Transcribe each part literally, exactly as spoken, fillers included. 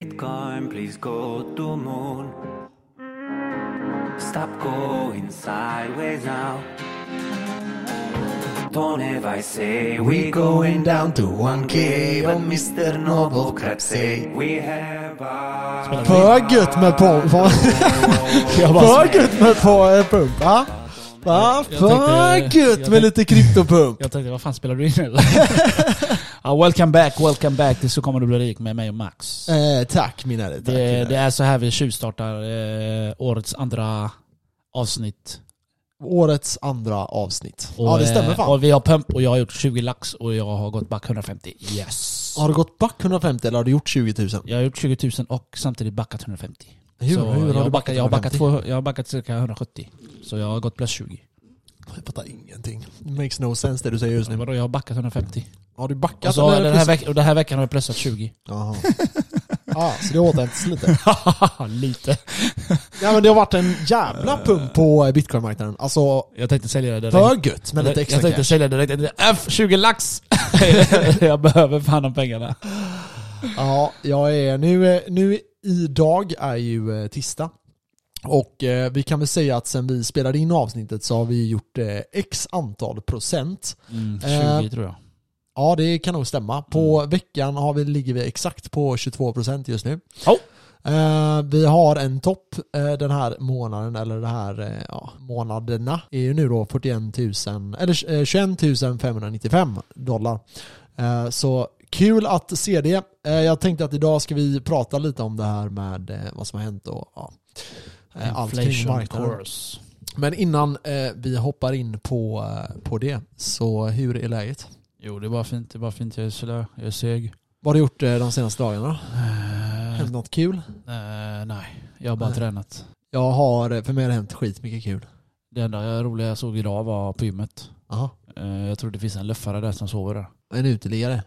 Bitcoin, please go to moon. Stop going sideways now. Don't ever say we going down to one K. But mister Noble Crab say we have a... För gött med på... För gött med på pump, va? Va? För gött med lite kryptopump. Jag tänkte, vad fan spelar du in nu? uh, welcome back, welcome back till Så kommer du bli rik med mig och Max. Eh, tack mina det, tack, det, det är så här vi tjuvstartar eh, årets andra avsnitt. Årets andra avsnitt. Och, ja, det stämmer fan. Och vi har pump och jag har gjort tjugo lax och jag har gått back hundrafemtio. Yes. Har du gått back hundrafemtio eller har du gjort tjugo tusen? Jag har gjort tjugo tusen och samtidigt backat hundrafemtio. Hur, så hur har jag du backat, jag har backat, hundrafemtio? två, jag har backat cirka hundrasjuttio. Så jag har gått plus tjugo. Jag fattar ingenting. It makes no sense det du säger just nu. Vadå, jag har backat hundrafemtio. Har du backat? Och, så, eller den här plus... veck- och den här veckan har jag plussat tjugo. Jaha. Ja, så det återhämtas lite. Lite. Ja, men det har varit en jävla pump på Bitcoin-marknaden. Alltså, Jag tänkte sälja det direkt. för gött med lite extra Jag tänkte cash. sälja det direkt. F tjugo lax. Jag behöver fan de pengarna. Ja, jag är nu, nu idag är ju eh, tisdag. Och eh, vi kan väl säga att sen vi spelade in avsnittet så har vi gjort eh, x antal procent. Mm, tjugo Eh, tror jag. Ja, det kan nog stämma. På veckan har vi, ligger vi exakt på tjugotvå procent just nu. Oh. Eh, vi har en topp eh, den här månaden, eller det här eh, ja, månaderna är ju nu då fyrtioen tusen, eller eh, tjugoett tusen femhundranittiofem dollar. Eh, så kul att se det. Eh, jag tänkte att idag ska vi prata lite om det här med eh, vad som har hänt och ja, eh, allt kring marknaden. Course. Men innan eh, vi hoppar in på, eh, på det, så hur är läget? Jo, det är bara fint. Det är bara fint. Jag är slö. Jag är seg. Vad har du gjort eh, de senaste dagarna? Uh, Hänt något kul? uh, nej, jag har bara Nej. tränat. Jag har, för mig har det hänt skit mycket kul. Det enda roliga jag såg idag var på gymmet. Aha. Uh, jag tror det finns en luffare där som sover där. En uteliggare?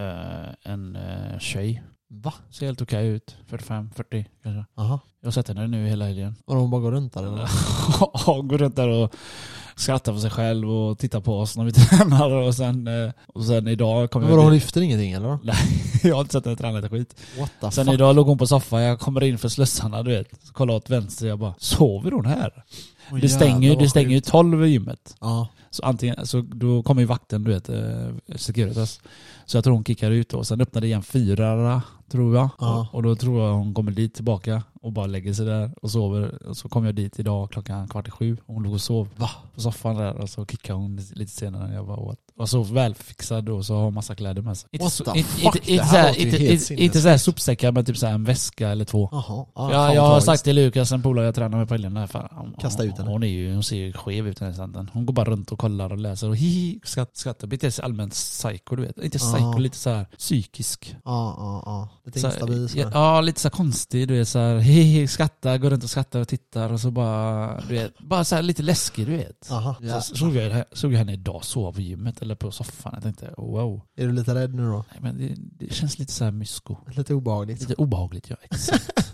Uh, en uh, tjej. Va? Ser helt okej ut. fyrtiofem fyrtio kanske. Aha. Jag har sett henne nu hela helgen. Och de bara går runt där eller? Ja, går runt där och skrattar för sig själv och tittar på oss när vi tränar. Och sen, eh, och sen idag kommer Men vadå, jag... hon lyfter ingenting eller? Nej, jag har inte sett henne träna lite skit. What the Sen fuck? idag låg hon på soffan. Jag kommer in för slussarna, du vet. Kollar åt vänster. Jag bara, sover hon här? Oj, Det stänger, jävlar, det stänger ju vad sjukt. tolv i gymmet. Ja. Så antingen, så då kommer ju vakten, du vet, eh, Securitas. Så jag tror hon kickar ut och sen öppnar det igen fyra, tror jag. Ja. Och, och då tror jag hon kommer dit tillbaka och bara lägger sig där och sover. Och så kom jag dit idag klockan kvart i sju. Och hon låg och sov Va? på soffan där och så kickade hon lite, lite senare. Jag bara åt. Och så välfixad och så har hon massa kläder med sig. Inte What så- the inte- fuck? inte- Det inte här så här- låter ju inte- helt inte- sinnessjukt. Inte så här sopsäckar men typ så här en väska eller två. Jaha. Ja, Ja, fan jag har vad sagt till Lukas, en polare jag tränar med på helgen där, för hon, Kasta ut henne. hon, är ju, hon ser ju skev ut den här sanden. Hon går bara runt och kollar och läser och hihi, skratt, skrattar. Beter sig allmänt psycho, du vet. Inte psycho, Ja. lite så här psykisk. Ja, ja, ja. Lite Så här, instabil så ja, här. ja, lite så här konstig, du vet, så här hihi, skrattar, går runt och skrattar och tittar och så bara, du vet, bara så här lite läskig, du vet. Aha. Ja. Så såg jag, såg jag henne idag sova på gymmet eller på soffan. Jag tänkte, wow. Är du lite rädd nu då? Nej, men det, det känns lite så här mysko. Lite obehagligt. Lite obehagligt, ja. Exakt.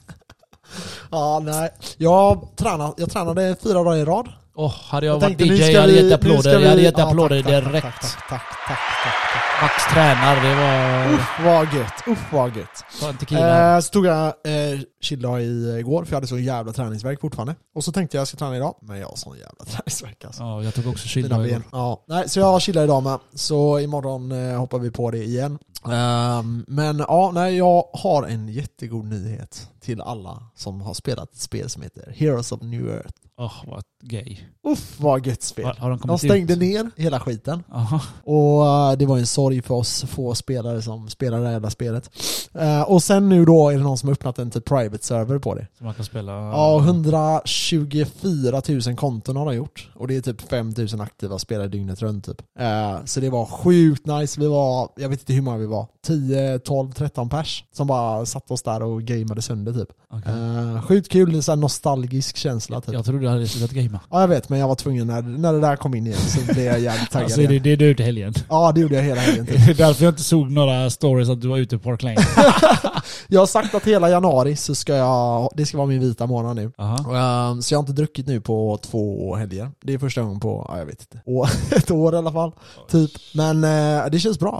Ja, nej. Jag tränade, jag tränade fyra dagar i rad. Åh, hade jag, Jag varit tänkte, D nu J, ska jag hade vi- gett nu applåder. ska Jag hade vi- gett ja, applåder tack, tack, direkt. Tack, tack, tack, tack, tack. Max tränar, det var... Uff vad gött, uff vad gött. Ta en tequila. Eh, så tog jag eh, chilla i igår för jag hade så jävla träningsvärk fortfarande. Och så tänkte jag jag ska träna idag. Men jag har sån jävla träningsvärk alltså. Ja, jag tog också Mina kyla ben. igår. Ja. Nej, så jag chillar idag med. Så imorgon eh, hoppar vi på det igen. Ehm, men ja, nej, jag har en jättegod nyhet till alla som har spelat ett spel som heter Heroes of New Earth. Åh, vad gay. Uff vad gött spel. Har, har de De kommit stängde ut? ner hela skiten. Aha. Och eh, det var en sorg för oss få spelare som spelar det här jävla spelet. Eh, och sen nu då är det någon som har öppnat en typ private server på det. Så man kan spela... Ja, hundratjugofyra tusen konton har de gjort. Och det är typ fem tusen aktiva spelare dygnet runt typ. Eh, så det var sjukt nice. Vi var, jag vet inte hur många vi var. tio, tolv, tretton pers. Som bara satt oss där och gameade sönder typ. Okay. Eh, sjukt kul, det är så här nostalgisk känsla typ. Jag trodde du hade slutat gamea. Ja, jag vet, men jag var tvungen när, när det där kom in igen så blev jag jävligt taggad Alltså, det, igen. det är du till helgen. Ja, det gjorde jag hela helgen typ. Det är därför jag inte såg några stories att du var ute på Park Lane. Jag har sagt att hela januari så ska jag, det ska vara min vita månad nu. Aha. Um, så jag har inte druckit nu på två helger. Det är första gången på, ja, jag vet inte, år, ett år i alla fall. Typ. Men uh, det känns bra alltså.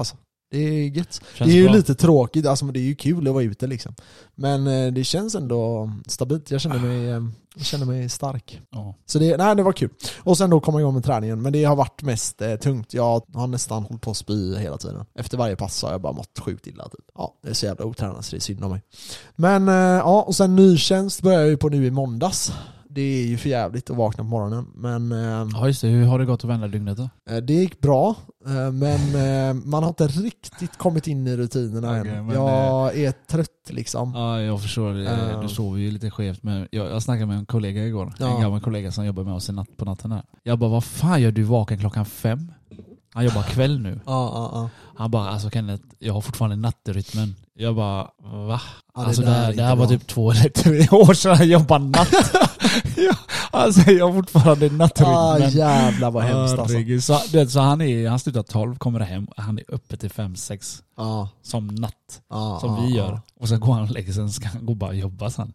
Det är gött. Känns det är ju bra. lite tråkigt, alltså men det är ju kul att vara ute liksom. Men eh, det känns ändå stabilt. Jag känner mig, eh, jag känner mig stark. Ja. Så det, nej, det var kul. Och sen då komma igång med träningen. Men det har varit mest eh, tungt. Jag har nästan hållit på att spy hela tiden. Efter varje pass har jag bara mått sjukt illa typ. Ja, det är så jävla otränat så det är synd om mig. Men eh, ja, och sen nytjänst börjar jag ju på nu i måndags. Det är ju för jävligt att vakna på morgonen. Men eh, Ja just det, hur har det gått att vända dygnet då? eh, det gick bra. Eh, men eh, man har inte riktigt kommit in i rutinerna Okej, än. men, Jag är trött liksom. Ja, jag förstår. det. Uh. Du sover ju lite skevt. Men jag, jag snackade med en kollega igår. Ja. En gammal kollega som jobbar med oss i natt, på natten här. Jag bara, vad fan gör du vaken klockan fem? Han jobbar kväll nu. Ja, ja, ja. Han bara, alltså Kenneth, jag har fortfarande nattrytmen. Jag bara, va? Ja, det alltså där det, är här, inte det här var bra. typ två eller tre år sedan jag jobbade natt. ja, alltså jag har fortfarande nattrytmen. Ah, jävlar vad hemskt alltså. Herregud. Så, du vet, så han, är, han slutar tolv, kommer hem, han är uppe till fem sex Ja, som natt. ja, Som ja, vi ja. gör. Och sen går han och lägger sig, sen ska han gå och bara jobba sen.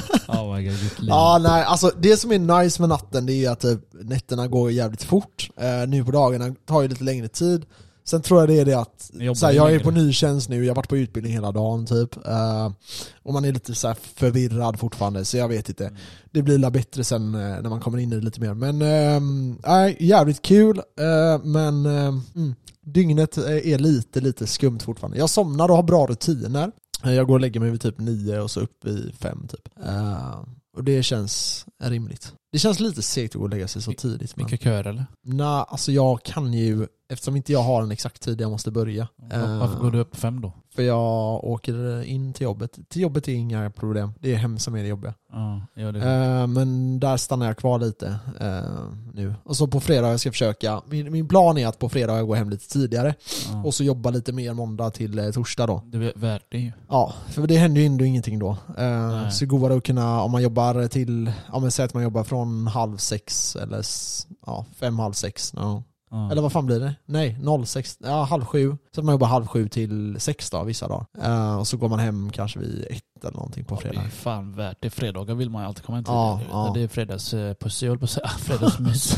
Oh my god, ditt liv. Ja, nej, alltså det som är nice med natten det är att typ, nätterna går jävligt fort. Eh, nu på dagarna tar ju lite längre tid. Sen tror jag det är det att Ni jobbar såhär, ju jag är längre. på nytjänst nu, jag har varit på utbildning hela dagen typ. Eh, och man är lite så här förvirrad fortfarande, så jag vet inte. Mm. Det blir la bättre sen eh, när man kommer in i det lite mer. Men nej, äh, jävligt kul. Eh, men äh, mm, dygnet är lite, lite skumt fortfarande. Jag somnar och har bra rutiner. Jag går och lägger mig vid typ nio och så upp vid fem typ. Uh, och det känns rimligt. Det känns lite segt att gå och lägga sig så tidigt. Men... Mycket köer eller? Nej, alltså jag kan ju, eftersom inte jag har en exakt tid jag måste börja. Uh, Varför går du upp fem då? För jag åker in till jobbet. Till jobbet är inga problem. Det är hem som är det jobbiga. Ja, ja, det Uh, men där stannar jag kvar lite uh, nu. Och så på fredag jag ska försöka. Min, min plan är att på fredag jag går hem lite tidigare. ja. Och så jobba lite mer måndag till uh, torsdag då. Det är värt det ju. Ja, för det händer ju ändå ingenting då. Uh, Nej. så går det att kunna, om man jobbar till, ja men säg att man jobbar från halv sex eller s- ja, fem, halv sex. No. Ja. Eller vad fan blir det? Nej, noll sex, ja halv sju. Så att man jobbar halv sju till sex då, vissa dagar. Uh, och så går man hem kanske vid ett eller någonting på Ja, fredag. det är fan värt det. Fredagar vill man ju alltid komma in till. Ja, det. ja. Det är fredagspussy, jag höll på att säga. Fredagsmys.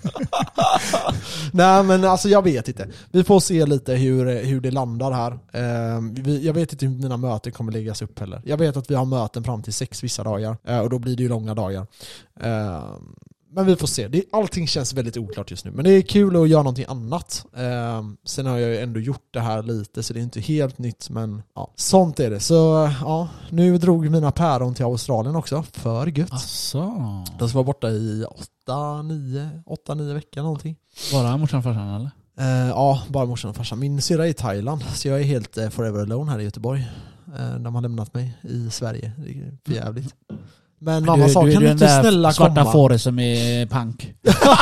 Nej men alltså jag vet inte. Vi får se lite hur, hur det landar här. Uh, vi, jag vet inte hur mina möten kommer läggas upp heller. Jag vet att vi har möten fram till sex vissa dagar. Uh, och då blir det ju långa dagar. Uh, Men vi får se. Det, allting känns väldigt oklart just nu. Men det är kul att göra någonting annat. Eh, sen har jag ju ändå gjort det här lite, så det är inte helt nytt. Men ja, sånt är det. Så ja, nu drog mina päron till Australien också. För gött. Asså. De ska vara borta i åtta, nio, åtta, nio veckor någonting. Bara morsan och farsan eller? Eh, ja, bara morsan och farsan. Min syrra är i Thailand, så jag är helt eh, forever alone här i Göteborg. Eh, de har lämnat mig i Sverige. Det är för jävligt. Men mamma sa, kan du inte snälla svarta komma? fåret som är punk.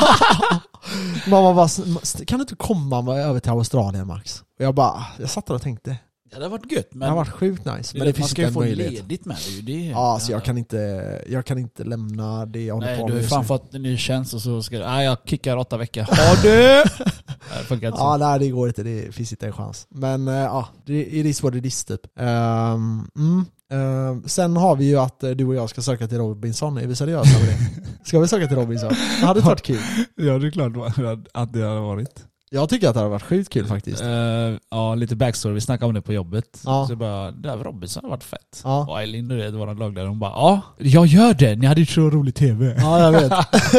Mamma bara, kan du inte komma över till Australien Max? Och jag bara, jag satt där och tänkte. Ja, det har varit gött. Men Det har varit sjukt nice. Men det man finns ska inte ju en få möjlighet. ledigt med det. Ju. Det är, Ja, så jag kan inte, jag kan inte lämna det jag håller Nej, på du med har just fan nu. fått en ny tjänst och så ska du... Nej, jag kickar åtta veckor. Har du? Det funkar inte så. Ja, nej det går inte, det finns inte en chans. Men uh, ja, det it is what it is typ. Um, mm. Uh, sen har vi ju att uh, du och jag ska söka till Robinson. Är vi seriösa med det? Ska vi söka till Robinson? Det hade varit kul. Ja, det är klart att det har varit. Jag tycker att det hade varit sjukt kul faktiskt. Uh, ja, lite backstory. Vi snackade om det på jobbet. Ja. Så bara, det här med Robinson har varit fett. Ja. Och Eileen och det, våran lagledare, hon bara, ja, jag gör det. Ni hade ju så rolig tv. Ja, jag vet.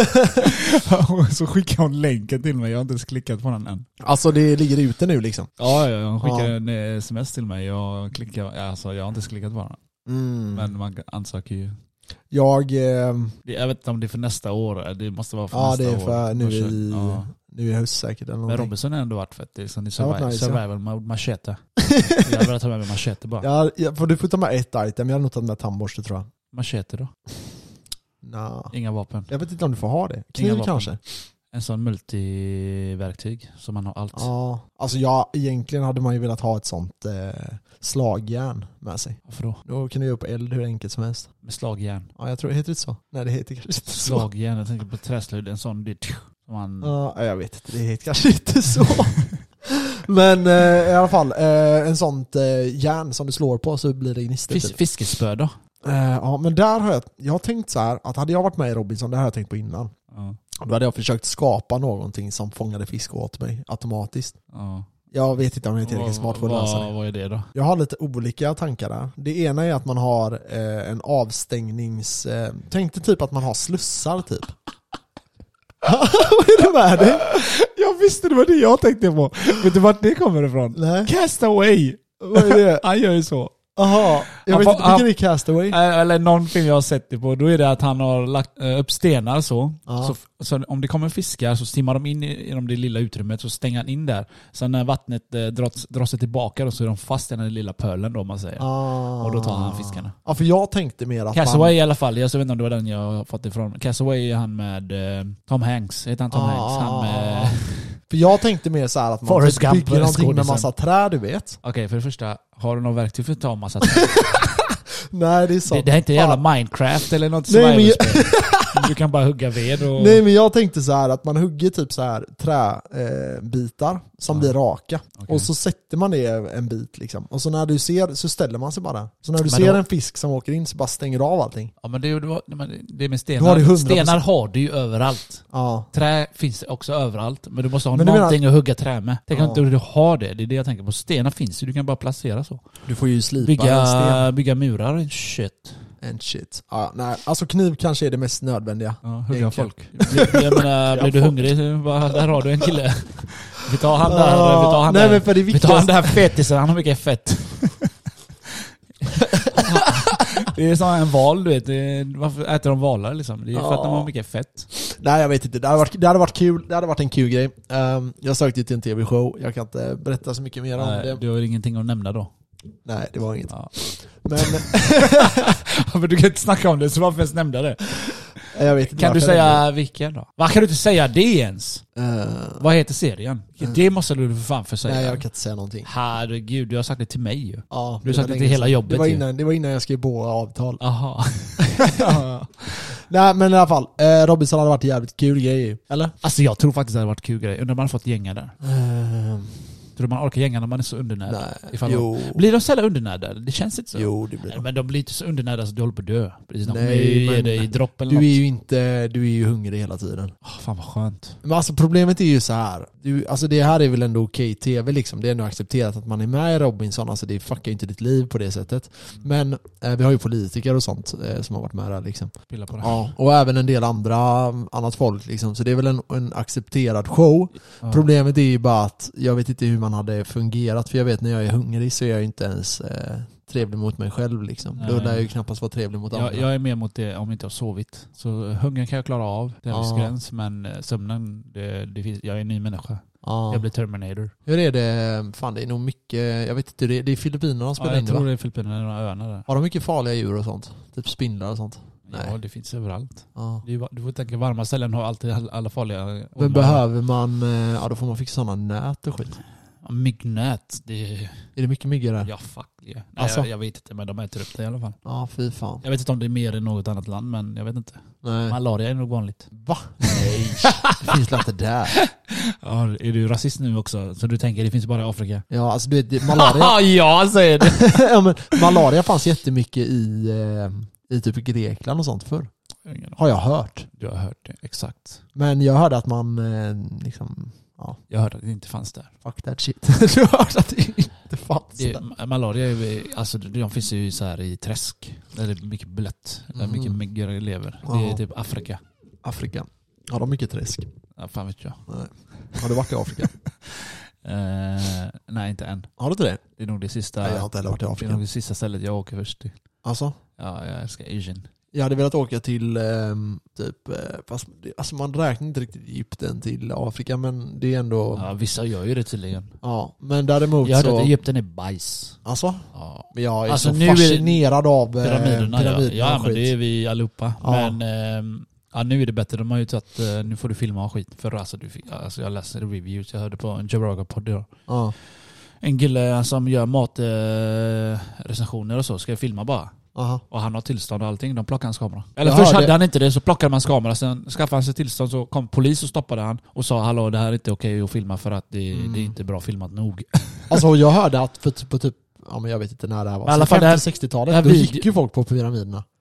Och så skickade hon länken till mig. Jag har inte ens klickat på den än. Alltså det ligger ute nu liksom. Ja, ja, hon skickade Ja. en eh, sms till mig. Jag klickade, alltså jag har inte ens klickat på den. Mm. Men man ansöker ju. Jag... Eh, Det- Jag vet inte om det är för nästa år. Det måste vara för ja, nästa det år. är för nu Kanske. i, Ja. nu i höst säkert eller Men någonting. Robinson har ändå varit fett. Det är som i Det har varit survival, nice, ja. survival mode, machete. Jag vill ta med mig machete bara. Ja, ja, för du får ta med ett item. Jag har nog tagit med tandborste tror jag. Machete då? Nah. Inga vapen. Jag vet inte om du får ha det. Kniv vapen. kanske? En sån multiverktyg som man har allt. Ja. Alltså ja, egentligen hade man ju velat ha ett sånt eh, slagjärn med sig. Varför då? Då kan du göra upp eld hur enkelt som helst. Med slagjärn. Ja, jag tror det heter inte så. Nej, det heter kanske inte så. Slagjärn, jag tänker på träslöjd. En sån, det som man... Ja, jag vet inte. Det heter kanske inte så. Men eh, i alla fall, eh, en sånt eh, järn som du slår på så blir det gnistor. Fis- typ. fiskespö då? Eh, ja, men där har jag, jag har tänkt så här att hade jag varit med i Robinson, det här har jag tänkt på innan. Ja. Då hade jag försökt skapa någonting som fångade fisk åt mig automatiskt. Ja. Jag vet inte om det är tillräckligt smart för att lösa det. Vad är det då? Jag har lite olika tankar där. Det ena är att man har eh, en avstängnings... Eh, tänk dig typ att man har slussar typ. Vad är det med det? Jag visste det var det jag tänkte på. Vet du vart det kommer ifrån? Nej. Castaway. Vad är det? Han gör ju så. Jaha, jag vet får- inte, vilken är Castaway? Eller någon film jag har sett det på, då är det att han har lagt eh, upp stenar så. Ja. Så, så om det kommer fiskar så simmar de in i, genom det lilla utrymmet, så stänger han in där. Sen när vattnet eh, dras, drar sig tillbaka då, så är de fast i den lilla pölen då, om man säger. Ah. Och då tar han fiskarna. Ja, för jag tänkte mer att Castaway man... i alla fall, jag vet inte om det var den jag har fått ifrån. Castaway är han med eh, Tom Hanks, heter han Tom Ah. Hanks? Han med... För jag tänkte mer så här att man Forrest typ Gump, bygger någonting med skådisen. massa träd, du vet. Okej, för det första, har du någon verktyg för att ta massa träd? Nej, det är sant. det, det är inte jävla Fan. Minecraft eller något Nej, men jag- survival-spel. Du kan bara hugga ved och... Nej, men jag tänkte så här att man hugger typ så här träbitar eh, bitar som Ja. blir raka. Okej. Och så sätter man det en bit liksom. Och så när du ser så ställer man sig bara. Så när du Men ser då- en fisk som åker in så bara stänger du av allting. Ja, men det, det, var, men det med Då har du stenar. hundra procent. Stenar har du ju överallt. Ja. Trä finns också överallt, men du måste ha Men du någonting att hugga trä med. Tänk Ja. om inte du har det, det är det jag tänker på. Stenar finns ju, du kan bara placera så. Du får ju slipa en sten. Bygga, bygga murar och shit. And shit. Ja, nej. Alltså kniv kanske är det mest nödvändiga. Ja, hugga Enkelt. folk. Jag, jag menar, blir du folk. hungrig så bara, där har du en kille. Vi tar han där, Ja, vi tar han nej, där. men för det Vi tar han viktigaste... där fetisen, han har mycket fett. Det är som en val, du vet. Det är, varför äter de valar liksom? Det är för att de har mycket fett. Nej, jag vet inte. Det hade varit, det hade varit kul. Det hade varit en kul grej. Um, jag sökte ju till en tv-show. Jag kan inte berätta så mycket mer om Nej, det. du har ingenting att nämna då. Nej, det var inget. Ja. Men Men du kan inte snacka om det, så varför ens nämna det? jag vet inte Kan du varför säga vilken då? Varför kan du inte säga det ens? det. Uh, Vad heter serien? Det måste du för fan för säga. nej, jag kan inte säga någonting. Herregud, du har sagt det till mig ju. Ja, Du har det var sagt det länge till hela sedan. jobbet Det var ju. innan, det var innan jag skrev på avtal. Aha. Nej, men i alla fall. Eh, Robinson hade varit en jävligt kul grej ju. Eller? Alltså jag tror faktiskt det hade varit kul grej. Undrar om man hade fått gänga där. Uh, Tror du man orkar gänga när man är så undernärd? nej. Ifall Jo. de, blir de sällan undernärda? Det känns inte så. Jo, det blir Nej, det. men de blir inte så undernärda så du håller på att dö. Precis, de Nej, kommer ju ge men dig dropp eller Du något. är ju inte, du är ju hungrig hela tiden. Åh, fan vad skönt. Men alltså problemet är ju så här. Du, alltså det här är väl ändå okej tv liksom. Det är ändå accepterat att man är med i Robinson. Alltså det fuckar ju inte ditt liv på det sättet. Men eh, vi har ju politiker och sånt eh, som har varit med där liksom. Pilla på det. Ja, och även en del andra annat folk liksom. Så det är väl en, en accepterad show. Ja. Problemet är ju bara att jag vet inte hur man hade fungerat. För jag vet när jag är hungrig så är jag ju inte ens eh, trevlig mot mig själv liksom. Nej. Då lär jag ju knappast vara trevlig mot andra. Jag, jag är mer mot det om inte jag har sovit. Så hungern kan jag klara av, det är en viss Ja. gräns. Men eh, sömnen, det, det finns, jag är en ny människa. Ja. Jag blir Terminator. Hur är det? Fan, det är nog mycket... Jag vet inte, det är, det är Filippinerna de spelar Ja, jag in det, tror va? det är Filippinerna, några öarna där. Har de mycket farliga djur och sånt? Typ spindlar och sånt? Ja, Nej. det finns överallt. Ja. Det är, du får tänka, varma ställen har alltid all- alla farliga... Men ormar. behöver man... eh, Ja, då får man fixa sådana nät och skit. Ja, myggnät, det... Är det mycket myggor där? Ja, fuck yeah. Nej, Alltså? jag, jag vet inte, men de äter upp det i alla fall. Ja, fy fan. Jag vet inte om det är mer i något annat land, men jag vet inte. Nej. Malaria är nog vanligt. Va? Nej. Det finns inte där. Ja, är du rasist nu också? Så du tänker det finns bara i Afrika? Ja, alltså du vet, det- malaria... Ja, jag säger det! ja, men malaria fanns jättemycket i, eh, i typ Grekland och sånt förr. Har jag hört. Du har hört det, exakt. Men jag hörde att man eh, liksom... Ja, Jag hörde att det inte fanns där. fuck that shit. Du hörde att det inte fanns Det, där. malaria, är, alltså de finns ju så här i träsk. Där det är mycket blött. Där Mhm. mycket myggor lever. Det Ja. är typ Afrika. Afrika. Ja, de har mycket träsk. Ja, fan vet jag. Nej. Har du varit i Afrika? Eh, nej, inte än. Har du inte det? Det är nog det sista, Nej, jag har inte heller varit i det är nog Afrika. det sista stället jag åker först till. Alltså? Ja, jag älskar Asian. Jag hade velat åka till ehm, typ, eh, fast det- alltså man räknar inte riktigt Egypten till Afrika, men det är ändå, ja, Ja, vissa gör ju det tydligen. men däremot Jag hörde så, att Egypten är bajs. alltså, Ja. men jag är Alltså, så nu är det- fascinerad av eh, Pyramiderna, pyramiderna ja. Ja, och men skit. det är vi allihopa. Ja. Men ehm, ja, nu är det bättre. De har ju tagit, eh, nu får du filma och skit. För alltså, du, fick- alltså jag läste reviews, jag hörde på en Joe Rogan-podd idag. Ja. En kille som gör matrecensioner eh, recensioner och så ska filma bara. Aha. Och han har tillstånd och allting. De plockar hans kamera. Eller Jag först hörde- hade han inte det, så plockade man hans kamera. Sen skaffade han sig tillstånd, så kom polis och stoppade han. Och sa hallå, det här är inte okej att filma för att det, Mm. det är inte bra filmat nog. Alltså jag hörde att för, på typ, ja men jag vet inte när det här var, I alla fall det här- femtio-sextiotalet, det här då video- gick ju folk på pyramiderna.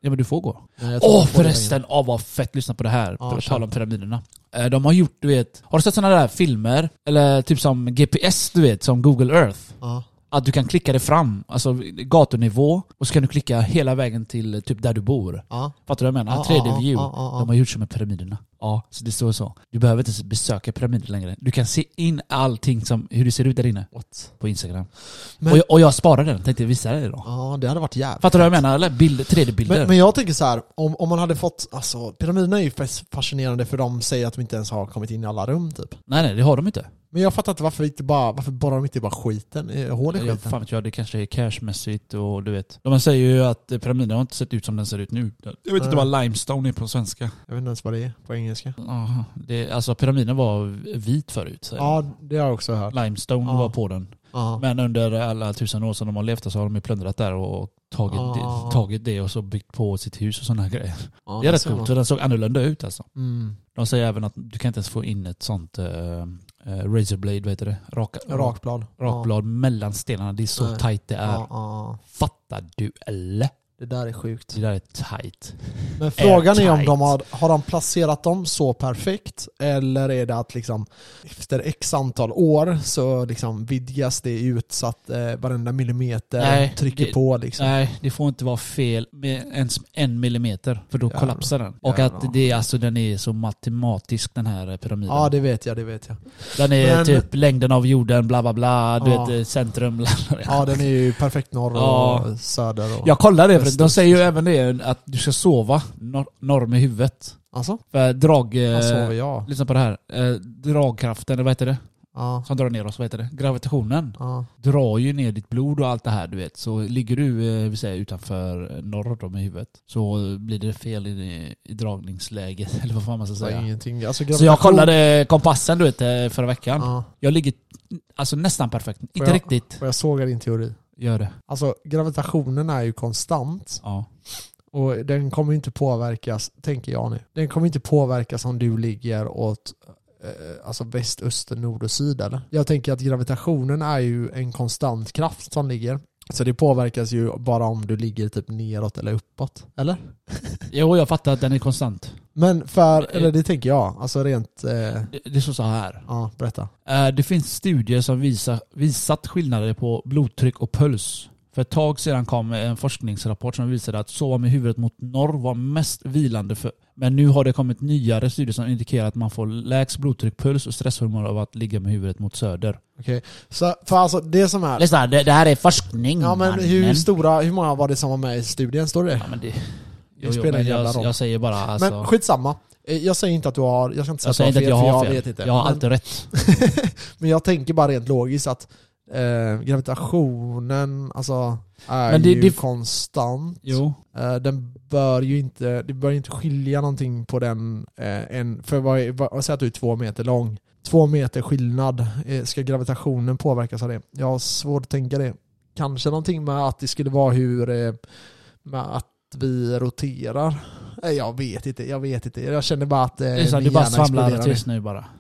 Ja, men du får gå. Nej, jag tror Åh, jag får det förresten, åh vad fett, lyssna på det här. Ja, På att kör. tala om pyramiderna. Eh, De har gjort, du vet, har du sett sådana där filmer? Eller typ som G P S, du vet, som Google Earth. Ja. Att du kan klicka det fram, alltså gatunivå, och så kan du klicka hela vägen till typ där du bor. Ja. Fattar du vad jag menar? Ja, tre ja, D-view. ja, ja, ja. De har gjort som med pyramiderna. Ja, så det står så. Du behöver inte ens besöka pyramider längre. Du kan se in allting som, hur det ser ut där inne. What? På Instagram. Men- och, jag, och jag sparade den, tänkte visa dig då. Ja, det hade varit jävligt. Fattar du vad jag menar? Eller bild, tre D-bilder. Men, men jag tänker så här, om, om man hade fått, alltså pyramiderna är ju fas- fascinerande för de säger att de inte ens har kommit in i alla rum typ. Nej, nej, det har de inte. Men jag fattar inte varför inte bara, varför borrar de inte bara skiten, eh, hål i Jag, skiten? fan vet jag, det kanske är cashmässigt och du vet. De säger ju att pyramiderna har inte sett ut som den ser ut nu. Jag vet inte Nej. vad limestone är på svenska. Jag vet inte ens vad det är på engelska. Aha, det, alltså pyramiden var vit förut. säger Ja, det har jag också hört. de. Limestone Ja. var på den. Ja. Men under alla tusen år som de har levt så har de ju plundrat där och tagit, Ja. det, tagit det och så byggt på sitt hus och sådana grejer. Ja, Det är rätt ser coolt, man. för den såg annorlunda ut alltså. Mm. De säger även att du kan inte ens få in ett sånt uh, uh, razorblade, vad heter det? Raka, Rakblad. rakblad mellan stenarna. Det är så Nej. tight det är. Ja, ja. Fattar du eller? Det där är sjukt. Det där är tight. Men frågan är om Airtight. de har, har de placerat dem så perfekt, eller är det att liksom efter x antal år så liksom vidgas det ut så att eh, varenda millimeter Nej, trycker det- på liksom. Nej, det får inte vara fel med ens en millimeter. För då Jävlar. kollapsar den. Och Jävlar. att det är, alltså, den är så matematisk den här pyramiden. Ja, det vet jag, det vet jag. Den är Men- typ längden av jorden, bla bla bla. Du Ja. vet, centrum. Bla, bla, bla. Ja, den är ju perfekt norr och Ja. söder. Och... Jag kollade det, för Väst- de säger ju även det att du ska sova norr, norr med huvudet. Alltså? För drag... Vad Eh, sover jag? lyssna på det här. Eh, dragkraften, eller vad heter det? Ja. Som drar ner oss, vad heter det? Gravitationen. Ja. Drar ju ner ditt blod och allt det här, du vet. Så ligger du eh, vi säger, utanför norr då med huvudet, så blir det fel i, i dragningsläget. Eller vad fan man ska Det var säga. ingenting. Alltså, Så jag gravitation- kollade kompassen, du vet, eh, förra veckan. Ja. Jag ligger alltså nästan perfekt. Inte jag- riktigt. Och jag sågar din teori. Gör det. Alltså gravitationen är ju konstant. Ja. Och den kommer ju inte påverkas, tänker jag nu. Den kommer inte påverkas om du ligger åt eh, alltså väst, öster, nord och syd eller? Jag tänker att gravitationen är ju en konstant kraft som ligger. Så det påverkas ju bara om du ligger typ neråt eller uppåt. Eller? Jo, jag fattar att den är konstant. Men för, eller det tänker jag, alltså rent, eh, Det, det är så så här. ja, berätta. Eh, Det finns studier som visar, visat skillnader på blodtryck och puls. För ett tag sedan kom en forskningsrapport som visade att sova med huvudet mot norr var mest vilande. För, men nu har det kommit nyare studier som indikerar att man får lägst blodtryck, puls och stresshormoner av att ligga med huvudet mot söder. Okej, så för alltså det som är... Lyssna, det, det här är forskning. Ja men mannen. hur stora, hur många var det som var med i studien, står det? Ja, men det, Det jo, jo, spelar men ingen jävla jag, roll. jag säger bara alltså, Men skitsamma. Eh, Jag säger inte att du har, jag ska inte säga jag säger att inte du att har jag fel, har för jag fel. vet inte. Jag har Men- alltid rätt. Men jag tänker bara rent logiskt att eh, gravitationen alltså, är Men det- ju det- konstant. Jo. Eh, den bör ju inte, det bör inte skilja någonting på den. Eh, en, för vad, vad, vad säger att du är två meter lång. Två meter skillnad. Eh, ska gravitationen påverkas av det? Jag har svårt att tänka det. Kanske någonting med att det skulle vara hur eh, med att vi roterar. Eh, jag vet inte, jag vet inte. Jag känner bara att eh, Det är så, min du bara hjärna svamlar exploderar tyst nu bara.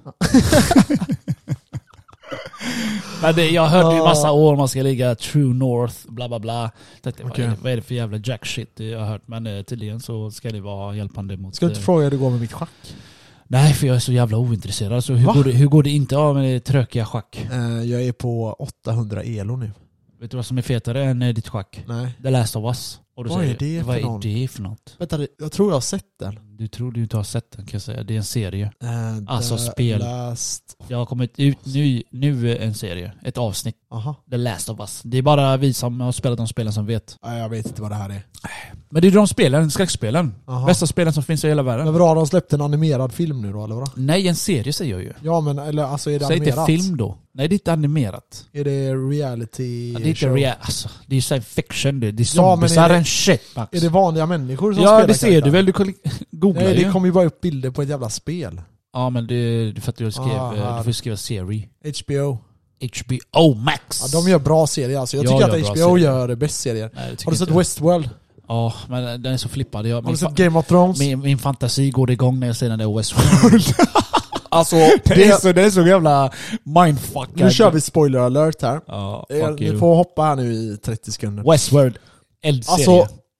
Men det, jag hörde ju massa år man ska ligga true north, bla bla bla. Tänkte, Okej. vad, är det, vad är det för jävla jack shit jag har hört? Men eh, tydligen så ska det vara hjälpande mot... Ska du inte eh, fråga hur det går med mitt schack? Nej, för jag är så jävla ointresserad. Så hur, Va? går det, hur går det inte av med det trökiga schack? Eh, jag är på åttahundra elo nu. Vet du vad som är fetare än eh, ditt schack? Nej. The Last of Us. Och du Vad säger, är det för vad är någon? det för något? Vänta, det- jag tror jag har sett den. Du tror du inte har sett den, kan jag säga. Det är en serie. Eh, Alltså, The spel. Last... Det har kommit ut nu, nu en serie. Ett avsnitt. Aha. The Last of Us. Det är bara vi som har spelat de spelen som vet. Nej, jag vet inte vad det här är. Men det är de spelen, skräckspelen. Aha. Bästa spelen som finns i hela världen. Men vadå, har de släppt en animerad film nu då, eller vadå? Nej, en serie säger jag ju. Ja, men eller alltså är det Säg inte animerat? film då. Nej, det är inte animerat. Är det reality Ja, det är inte show? real, alltså, det är science fiction det. Det är Ja, men zombisar är det- en shit, Max. Är det vanliga människor som Ja, spelar det ser karaktär? du väl. Du kan googla Nej, ju. det kommer ju bara upp bilder på ett jävla spel. Ja, men det, det för att du skrev, Ah, eh, här. du får skriva serie. H B O. H B O Max! Ja, de gör bra serier alltså. Jag Ja, tycker gör att bra H B O serier. gör bäst serier. Nej, det tycker Har du sett inte. Westworld? Ja, men den är så flippad. Jag, Har min, du sett fa- Game of Thrones? min, min fantasi går igång när jag ser den där Westworld. Alltså, det, är det, så, det är så jävla mindfuckad. nu kör vi spoiler alert här. Ja, Eh, fuck Ni you. får hoppa här nu i trettio sekunder. Westworld, eldserie. Alltså,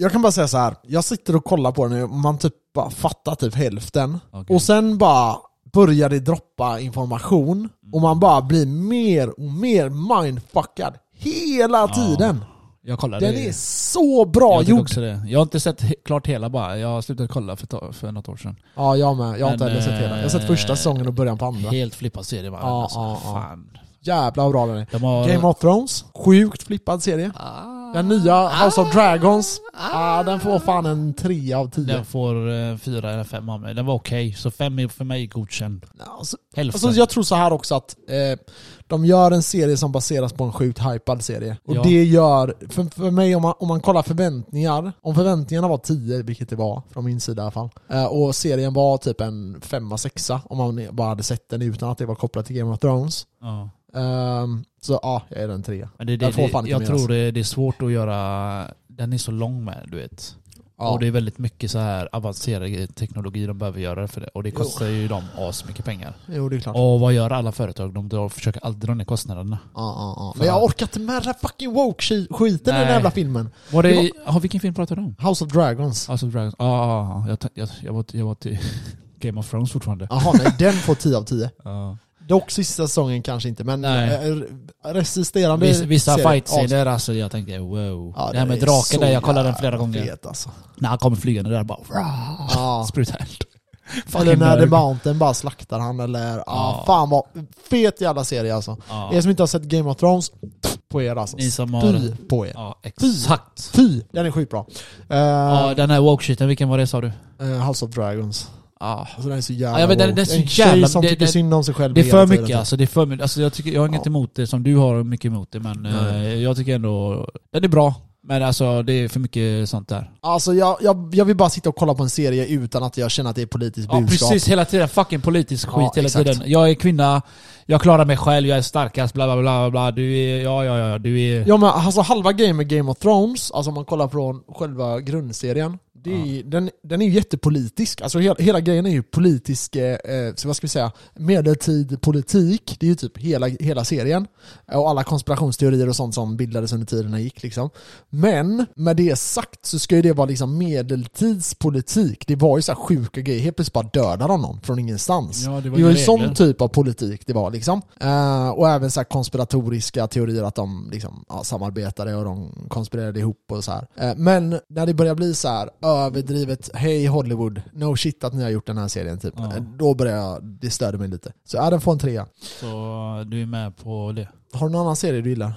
jag kan bara säga så här. Jag sitter och kollar på den och man typ bara fattar typ hälften. Okay. Och sen bara börjar det droppa information och man bara blir mer och mer mindfuckad hela Ja. tiden. Jag kollade Den det. är så bra jag tycker gjord. också det. Jag har inte sett he- klart hela bara. Jag har slutat kolla för, ta- för något år sedan. Ja, jag med. Jag har Men, inte heller sett hela. Jag har sett första eh, säsongen och början på andra. Helt flippad serie bara. Ja, alltså, ja, ja. fan. Jävla bra den är. De har... Game of Thrones, sjukt flippad serie. Ah, Den nya House of Dragons, ah, den får fan en tre av tio. Den får eh, fyra eller fem av mig. Den var okej. Så fem är för mig godkänd. Alltså, Hälften. alltså jag tror så här också att eh, de gör en serie som baseras på en sjukt hypad serie. Och Ja. det gör, för, för mig om man, om man kollar förväntningar, om förväntningarna var tio, vilket det var från min sida i alla fall, eh, och serien var typ en femma, sexa om man bara hade sett den utan att det var kopplat till Game of Thrones. Ja. Um, så ja, jag är den tre. Men det, det, Jag får fan det, inte jag mer, tror alltså. det, det är svårt att göra. Den är så lång med, du vet. Ja. Och det är väldigt mycket så här avancerad teknologi de behöver göra för det. Och det kostar ju dem as mycket pengar. Jo, det är klart. Och vad gör alla företag? De drar, försöker alltid dra ner kostnaderna. Ja, ja, ja. Men jag orkar inte med den här fucking woke-skiten i den Nej. här jävla filmen. Var det, Det ja, vilken film pratar du om? House of Dragons. House of Dragons. Ja, ah, jag, jag, jag, var, jag var till Game of Thrones fortfarande. Jaha, nej, den får tio av tio. Ja. Dock sista säsongen kanske inte, men Nej. äh, resisterande Vissa, vissa serier- fight-scener, alltså jag tänkte wow. Ja, det här med är draken så där, jag kollade den flera jävla gånger. fet, alltså. När han kommer flygande där bara Ja. sprutar eld. Eller när The nerd. Mountain bara slaktar han, eller ja, Ja. fan vad fet jävla serie alltså. Ja. Er som inte har sett Game of Thrones, på er alltså. Ni som har Fy på er. Ja, exakt. Fy, den är skitbra. Uh, Ja, den här woke-shiten, vilken var det sa du? uh, House of Dragons. Ja. Alltså den är så jävla Ja, men den- woke. den är så En tjej jävla- som det- tycker det- synd om sig själv Det är hela för tiden. mycket alltså, det är för mycket. Alltså, jag, tycker, jag har inget Ja. emot det som du har mycket emot det, men Nej. eh, jag tycker ändå den är bra. Men alltså det är för mycket sånt där. Alltså jag, jag, jag vill bara sitta och kolla på en serie utan att jag känner att det är politiskt Ja budskap. precis, hela tiden fucking politisk skit Ja, hela exakt. tiden. Jag är kvinna, jag klarar mig själv, jag är starkast, bla bla bla bla. Du är, ja ja ja, du är... Ja men alltså halva game med Game of Thrones, alltså om man kollar från själva grundserien, det är, den, den är ju jättepolitisk. Alltså hela, hela grejen är ju politisk, eh, så vad ska vi säga, medeltid politik. Det är ju typ hela, hela serien. Och alla konspirationsteorier och sånt som bildades under tiden det gick liksom. Men med det sagt så ska ju det vara liksom medeltidspolitik. Det var ju så här sjuka grejer. Helt plötsligt bara dödar de någon från ingenstans. Ja, det var det ju var ju regler. sån typ av politik det var liksom. Uh, och även så här konspiratoriska teorier att de liksom, ja, samarbetade och de konspirerade ihop och så här. Uh, men när det börjar bli så här överdrivet, hej Hollywood, no shit att ni har gjort den här serien typ. Ja. Uh, då börjar jag, det störde mig lite. Så ja, den får en trea. Så du är med på det? Har du någon annan serie du gillar?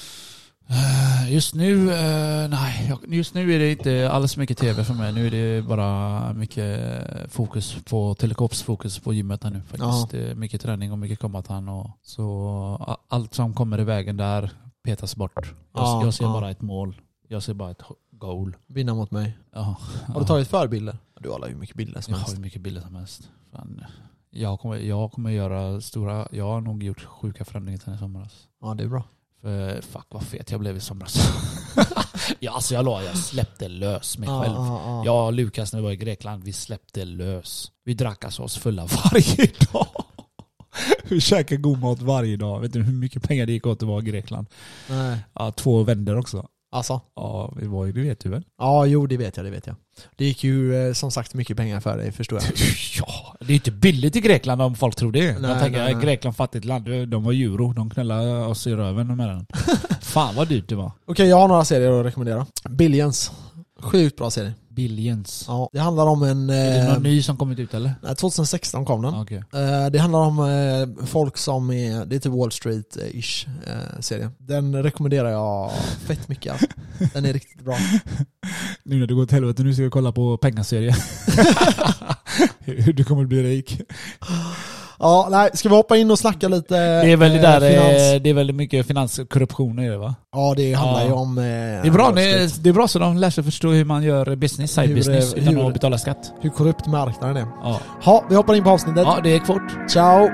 Eh, Just nu, eh, nej. jag- Just nu är det inte alls mycket tv för mig. Nu är det bara mycket fokus på telekopsfokus på gymmet här nu faktiskt. Ja. Det är mycket träning och mycket kombatan och så a- allt som kommer i vägen där petas bort. Jag, Ja, jag ser ja. bara ett mål. Jag ser bara ett goal. Vinna mot mig. Ja. Har du tagit förbilder? Du har ju mycket bilder som Jag har helst. ju mycket bilder som helst. Fan. Jag kommer, jag kommer göra stora, jag har nog gjort sjuka förändringar sen i somras. Ja, det är bra. För fuck vad fet jag blev i somras. ja, alltså jag, la, jag släppte lös mig Ja, själv. ja, ja. Jag och Lukas när vi var i Grekland, vi släppte lös. Vi drack alltså oss fulla varje dag. Vi käkade god mat varje dag. Vet du hur mycket pengar det gick åt att vara i Grekland? Nej. Ja, två vänner också. Alltså? Ja, vi var ju, det vet du väl? Ja, jo det vet jag, det vet jag. Det gick ju eh, som sagt mycket pengar för dig, förstår jag. Ja, det är inte billigt i Grekland om folk tror det. Nej, jag tänker, nej, nej. Grekland fattigt land, de var euro, de knällade oss i röven med den. Fan vad dyrt det var. Okej, jag har några serier att rekommendera. Billions. Sjukt bra serie. Billions. Ja, det handlar om en... Är det Eh, någon ny som kommit ut eller? nej, tjugohundrasexton kom den. Ah, okej. Eh, det handlar om eh, folk som är... Det är typ Wall Street-ish eh, serie. Den rekommenderar jag fett mycket. Alltså. Den är riktigt bra. Nu när det går till helvete, nu ska jag kolla på pengaserie. Hur du kommer bli rik. Ja, nej, ska vi hoppa in och snacka lite Det är väl det där, eh, finans? eh, det är väl mycket finanskorruption i det va? Ja, det handlar Ja. ju om... Eh, Det är bra, Wall det Street. är, det är bra så de lär sig förstå hur man gör business, side Hur, business, eh, utan hur- att betala skatt. Hur korrupt marknaden är. Ja, Ja, vi hoppar in på avsnittet. ja det gick fort. Ciao!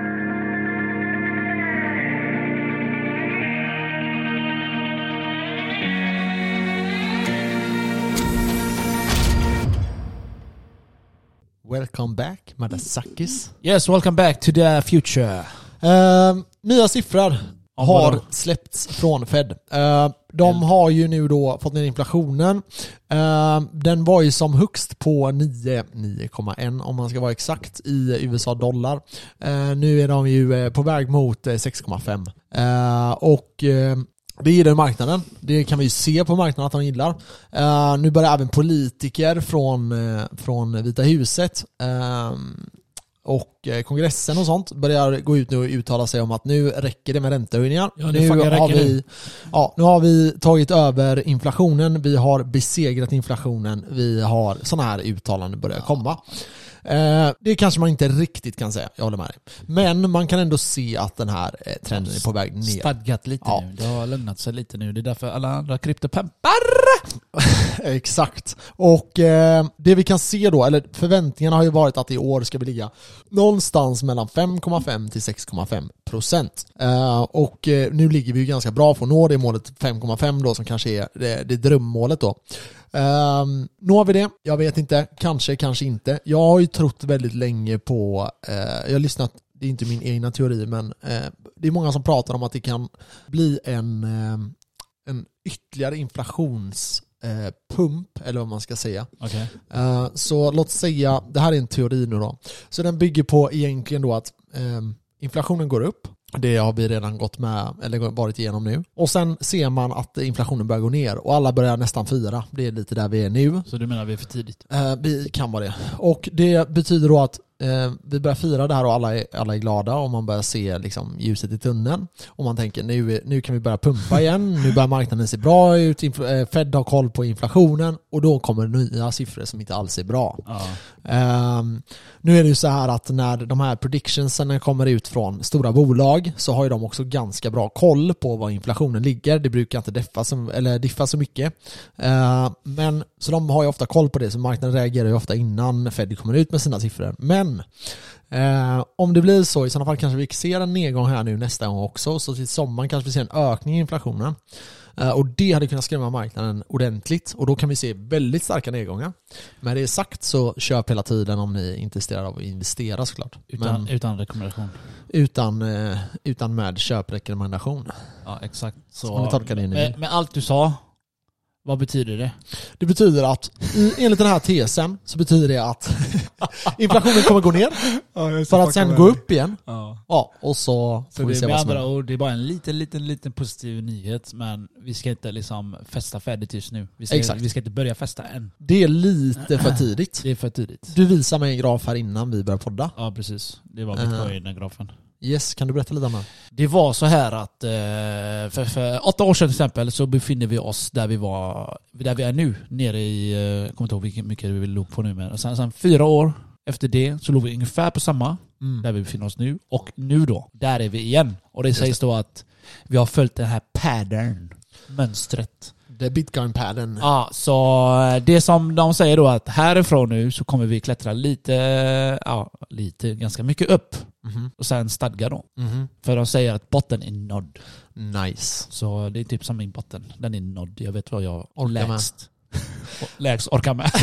Welcome back, motherfuckers. Yes, welcome back to the future. Uh, nya siffror. har vadå? släppts från Fed. Uh, de har ju nu då fått ner inflationen. Uh, den var ju som högst på nio komma ett om man ska vara exakt i U S A-dollar. Uh, nu är de ju uh, på väg mot uh, sex komma fem. Uh, och uh, det gillar marknaden. Det kan vi ju se på marknaden att de gillar. Uh, nu börjar även politiker från, uh, från Vita huset uh, och kongressen och sånt börjar gå ut nu och uttala sig om att nu räcker det med räntehöjningar. Ja, det nu, har vi, nu. ja, nu har vi tagit över inflationen, vi har besegrat inflationen, vi har sådana här uttalanden börjar komma. Eh, det kanske man inte riktigt kan säga, jag håller med dig. Men man kan ändå se att den här eh, trenden är på väg ner. Stadgat lite Ja. nu. Det har lugnat sig lite nu. Det är därför alla andra kryptopampar. Exakt. Och eh, det vi kan se då, eller förväntningarna har ju varit att i år ska vi ligga någonstans mellan fem komma fem till sex komma fem procent. Eh, och eh, nu ligger vi ju ganska bra för att nå det målet fem komma fem då, som kanske är det, det drömmålet då. Eh, når vi det? Jag vet inte. Kanske, kanske inte. Jag har ju trott väldigt länge på, eh, jag har lyssnat, det är inte min egna teori, men eh, det är många som pratar om att det kan bli en, eh, en ytterligare inflations Eh, pump, eller vad man ska säga. Okay. Eh, så låt säga, det här är en teori nu då. Så den bygger på egentligen då att eh, inflationen går upp. Det har vi redan gått med, eller varit igenom nu. Och sen ser man att inflationen börjar gå ner och alla börjar nästan fira. Det är lite där vi är nu. Så du menar vi är för tidigt? Eh, vi kan vara det. Och det betyder då att eh, vi börjar fira det här och alla är, alla är glada och man börjar se liksom ljuset i tunneln. Och man tänker nu, nu kan vi börja pumpa igen. Nu börjar marknaden se bra ut. Infl- Fed har koll på inflationen och då kommer nya siffror som inte alls är bra. Ja. Eh, nu är det ju så här att när de här predictionsen kommer ut från stora bolag så har ju de också ganska bra koll på var inflationen ligger. Det brukar inte diffa så, eller diffa så mycket. Eh, men så de har ju ofta koll på det, så marknaden reagerar ju ofta innan Fed kommer ut med sina siffror. Men eh, om det blir så, i sådana fall kanske vi ser en nedgång här nu nästa gång också. Så till sommaren kanske vi ser en ökning i inflationen. Uh, och det hade kunnat skrämma marknaden ordentligt. Och då kan vi se väldigt starka nedgångar. Men det är sagt, så köp hela tiden om ni är intresserade av att investera såklart. Utan, Men utan rekommendation. Utan, uh, utan med köprekommendation. Ja, exakt. Så, Så kan vi tolka det nu. med, med allt du sa, vad betyder det? Det betyder att i, enligt den här tesen så betyder det att inflationen kommer gå ner Ja, för att sen gå upp igen. Ja. Ja, och så Så får vi det, se med vad som andra händer. ord, det är bara en liten, liten, liten positiv nyhet, men vi ska inte liksom festa färdigt just nu. Vi ska, Exakt. vi ska inte börja festa än. Det är lite för tidigt. Det är för tidigt. Du visar mig en graf här innan vi börjar podda. Ja, precis. Det var Uh. bitcoin-grafen. Yes, kan du berätta lite om det? Det var så här att eh, för, för åtta år sedan till exempel så befinner vi oss där vi var, där vi är nu, nere i, jag kommer inte ihåg vilket mycket vi låg på nu, men sen, sen fyra år efter det så låg vi ungefär på samma, Mm. där vi befinner oss nu, och nu då, där är vi igen. Och det sägs då att vi har följt den här pattern, mönstret. Det är bitcoin-padden. Ja, så det som de säger då att härifrån nu så kommer vi klättra lite, ja, lite, ganska mycket upp. Mhm. Och sen stadga då. Mhm. För de säger att botten är nådd. Nice. Så det är typ som min botten. Den är nådd. Jag vet vad jag Orkar med. lägst. lägst orkar med.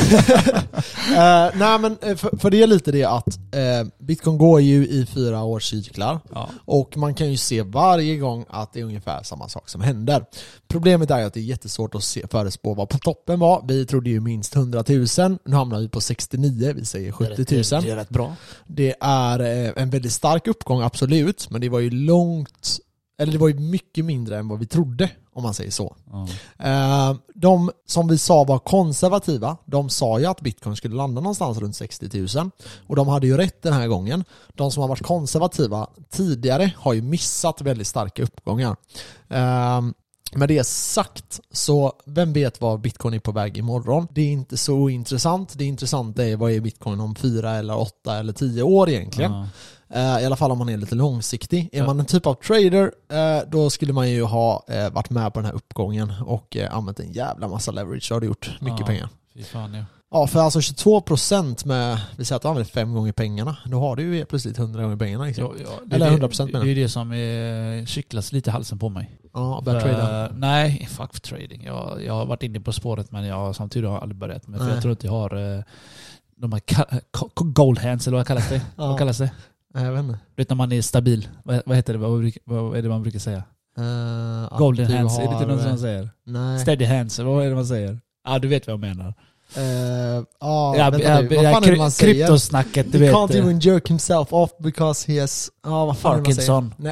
uh, nej men för, för det är lite det att uh, Bitcoin går ju i fyra års cyklar. Ja. Och man kan ju se varje gång att det är ungefär samma sak som händer. Problemet är att det är jättesvårt att se, förespå vad på toppen var. Vi trodde ju minst hundra tusen. Nu hamnar vi på sextionio. Vi säger sjuttio tusen. Det är rätt bra. Det är eh, en väldigt stark uppgång, absolut. Men det var ju långt, eller det var ju mycket mindre än vad vi trodde, om man säger så. Ja. Eh, de som vi sa var konservativa, de sa ju att Bitcoin skulle landa någonstans runt sextio tusen. Och de hade ju rätt den här gången. De som har varit konservativa tidigare har ju missat väldigt starka uppgångar. Eh, Med det sagt, så vem vet vad Bitcoin är på väg imorgon? Det är inte så intressant. Det intressanta är vad är Bitcoin om fyra eller åtta eller tio år egentligen. Ja. Uh, I alla fall om man är lite långsiktig. Är Ja. man en typ av trader, uh, då skulle man ju ha uh, varit med på den här uppgången och uh, använt en jävla massa leverage. Så har du gjort mycket Ja. pengar. Fy fan, ja. Ja, för alltså tjugotvå procent med, vi säger att du använder fem gånger pengarna, då har du ju plötsligt hundra gånger pengarna. Liksom. Ja, ja, det, Eller det- hundra procent Det menar är jag. ju det som är, kittlas lite i halsen på mig. Ja, börja För, trada. Nej, fuck för trading. Jag, jag har varit inne på spåret, men jag samtidigt har jag aldrig börjat med. För Nej. jag tror att jag har eh, de här ka- ka- gold hands, eller vad kallas det? Ja. Vad kallas det? Nej, jag vet inte. Du vet när man är stabil. Vad, vad heter det? Vad, bruk- vad är det man brukar säga? Uh, Golden hands, har, är det inte någon som säger? Nej. Steady hands, vad är det man säger? Ja, ah, du vet vad jag menar. Uh, ah, ja, vänta ja, nu. Vad ja, fan är det man säger? Kryptosnacket, du He vet. can't even jerk himself off because he has... Ja, ah, vad fan Parkinson. Nej.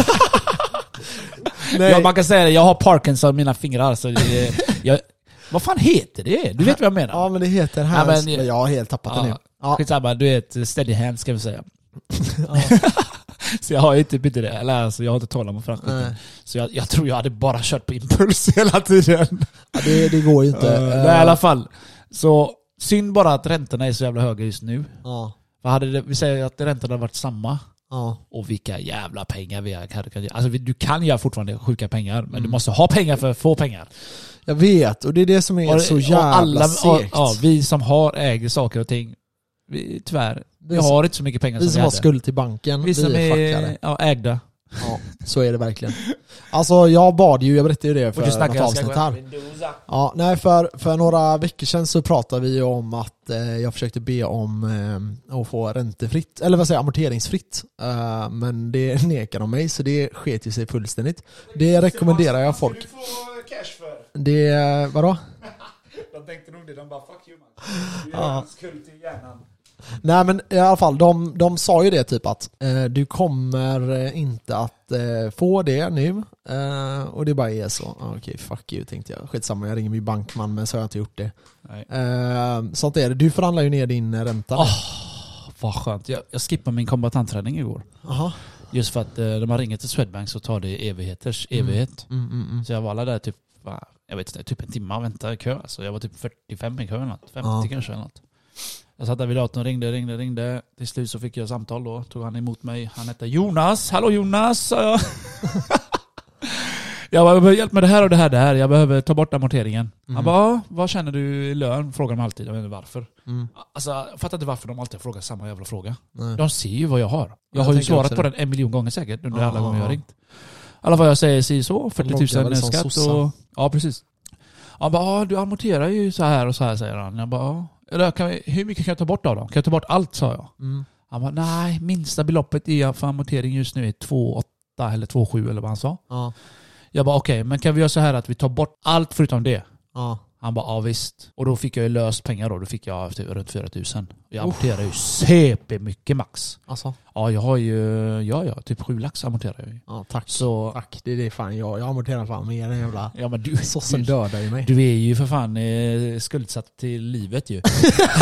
Nej. Ja, man kan säga det, jag har Parkinson i mina fingrar, så det är, jag, vad fan heter det? Du vet vad jag menar? Ja, men det heter hands. Ja, men, jag har helt tappat ja, det nu. Ja. Skitsamma, du vet, steady hands ska vi säga. Så jag har ju typ inte det, eller alltså, jag har inte talat med framskjuten. Så jag, jag tror jag hade bara kört på impuls hela tiden. Ja, det, det går ju inte. Uh, nej, i alla fall. Så synd bara att räntorna är så jävla höga just nu. Ja. För hade det, vi säger att räntorna hade varit samma. Ja. Och vilka jävla pengar vi kan göra. Alltså du kan göra fortfarande sjuka pengar, men mm. du måste ha pengar för att få pengar. Jag vet, och det är det som är och, så jävla alla, segt. Och, ja, vi som har äger saker och ting, vi, tyvärr, vi, vi har inte så mycket pengar vi som vi som har hade. skuld till banken, vi, vi som är fuckade. Ja, ägda. Ja, så är det verkligen. Alltså jag bad ju, jag berättade ju det för något avsnitt här. Ja, nej, för, för några veckor sedan så pratade vi om att eh, jag försökte be om eh, att få räntefritt, eller vad säger jag, amorteringsfritt. Uh, men det nekar de mig, så det sket ju sig fullständigt. Det rekommenderar jag folk. Det, vadå? De tänkte nog det, de bara fuck you man. Du gör en skuld till hjärnan. Nej, men i alla fall, de, de sa ju det typ att eh, du kommer eh, inte att eh, få det nu. Eh, och det bara är så. Ah, Okej, okay, fuck you, tänkte jag. Skitsamma, jag ringer min bankman, men så har jag inte gjort det. Eh, sånt är det. Du förhandlar ju ner din ränta. Åh, oh, vad skönt. Jag, jag skippade min kombatantträning igår. Aha. Just för att eh, när man ringer till Swedbank så tar det evigheters evighet. Mm. Mm, mm, mm. Så jag var alla där typ, jag vet inte, typ en timme och väntade i kö. Så jag var typ fyrtiofem i kö eller något. femtio ja. Kanske eller något. Jag satt där vid datorn, ringde, ringde, ringde. Till slut så fick jag samtal då. Tog han emot mig. Han hette Jonas. Hallå Jonas, sa jag. Jag bara, jag behöver hjälp med det här och det här, det här. Jag behöver ta bort amorteringen. Mm. Han bara, vad känner du i lön? Frågar de alltid. Jag vet inte varför. Mm. Alltså, jag fattar inte varför de alltid frågar samma jävla fråga. Nej. De ser ju vad jag har. Jag, jag har ju svarat på den en miljon gånger säkert under ah, alla gånger jag har ringt. I alla fall jag säger si så, fyrtio tusen skatt och... Ja, precis. Han bara, du amorterar ju så här och så här, säger han. Jag bara, eller kan vi, hur mycket kan jag ta bort av dem? Kan jag ta bort allt, sa jag. Mm. Han bara, nej, minsta beloppet är för amortering just nu är två komma åtta eller två komma sju eller vad han sa. Ja. Jag bara, okej, okay, men kan vi göra så här att vi tar bort allt förutom det? Ja. Han bara, ja visst. Och då fick jag ju löst pengar då. Då fick jag typ runt fyra tusen. Jag amorterar ju C P mycket max. Alltså? Ja, jag har ju, ja ja, typ sju lax amorterar jag ju. Ja, tack. Så, tack, det är det fan jag. Jag amorterar fan mer än jävla... Ja, men du, sossen dödar ju mig. Du är ju för fan eh, skuldsatt till livet ju.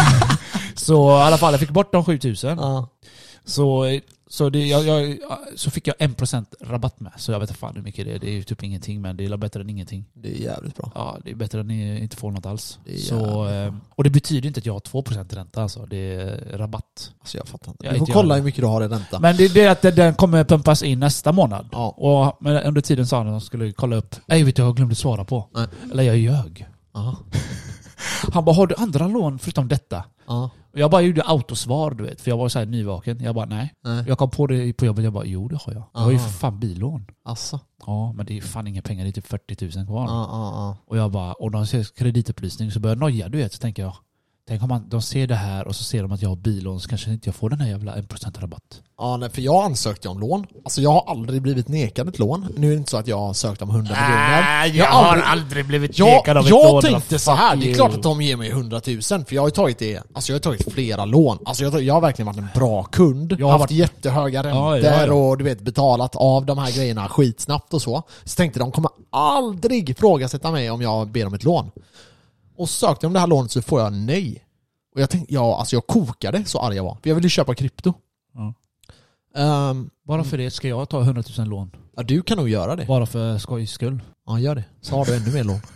Så i alla fall, jag fick bort de sju tusen. Ja. Så... Så, det, jag, jag, så fick jag en procent rabatt med. Så jag vet inte fan hur mycket det är. Det är ju typ ingenting, men det är bättre än ingenting. Det är jävligt bra. Ja, det är bättre än att inte få något alls. Det så, och det betyder inte att jag har två procent ränta. Alltså. Det är rabatt. Alltså jag fattar inte. Jag du får kolla hur mycket du har i ränta. Men det, det är att den kommer pumpas in nästa månad. Ja. Och men under tiden sa han att de skulle kolla upp. Nej, vet du, jag glömde svara på. Nej. Eller jag ljög. Aha. Han bara, har du andra lån förutom detta? Ja. Och jag bara gjorde autosvar, du vet. För jag var så här nyvaken. Jag bara, nej. nej. Jag kom på det på jobbet. Jag bara, jo det har jag. Jag har ju för fan billån. Asså. Ja, men det är fan inga pengar. Det är typ fyrtio tusen kvar. Ja, ja, ja. Och jag bara, och de ser kreditupplysning så börjar jag noja, du vet. Så tänker jag, tänk om man, de ser det här och så ser de att jag har billån, så kanske inte jag får den här jävla en procent rabatt. Ja, nej, för jag ansökte om lån. Alltså jag har aldrig blivit nekad ett lån. Nu är det inte så att jag har sökt om hundra miljoner. Nej, jag, jag har aldrig, aldrig blivit nekad jag, av ett jag lån. Jag tänkte så här, det är klart att de ger mig hundratusen. För jag har ju tagit det, alltså jag har tagit flera lån. Alltså jag, jag har verkligen varit en bra kund. Jag har haft varit... jättehöga räntor ja, ja, ja. och du vet betalat av de här grejerna skitsnabbt och så. Så tänkte de kommer aldrig ifrågasätta mig om jag ber om ett lån. Och sökte jag om det här lånet så får jag nej. Och jag tänkte, ja, alltså jag kokade så arg jag var. För jag ville köpa krypto. Ja. Um, Bara för det ska jag ta hundratusen lån. Ja, du kan nog göra det. Bara för skojs skull. Ja, gör det. Så har du ännu mer lån.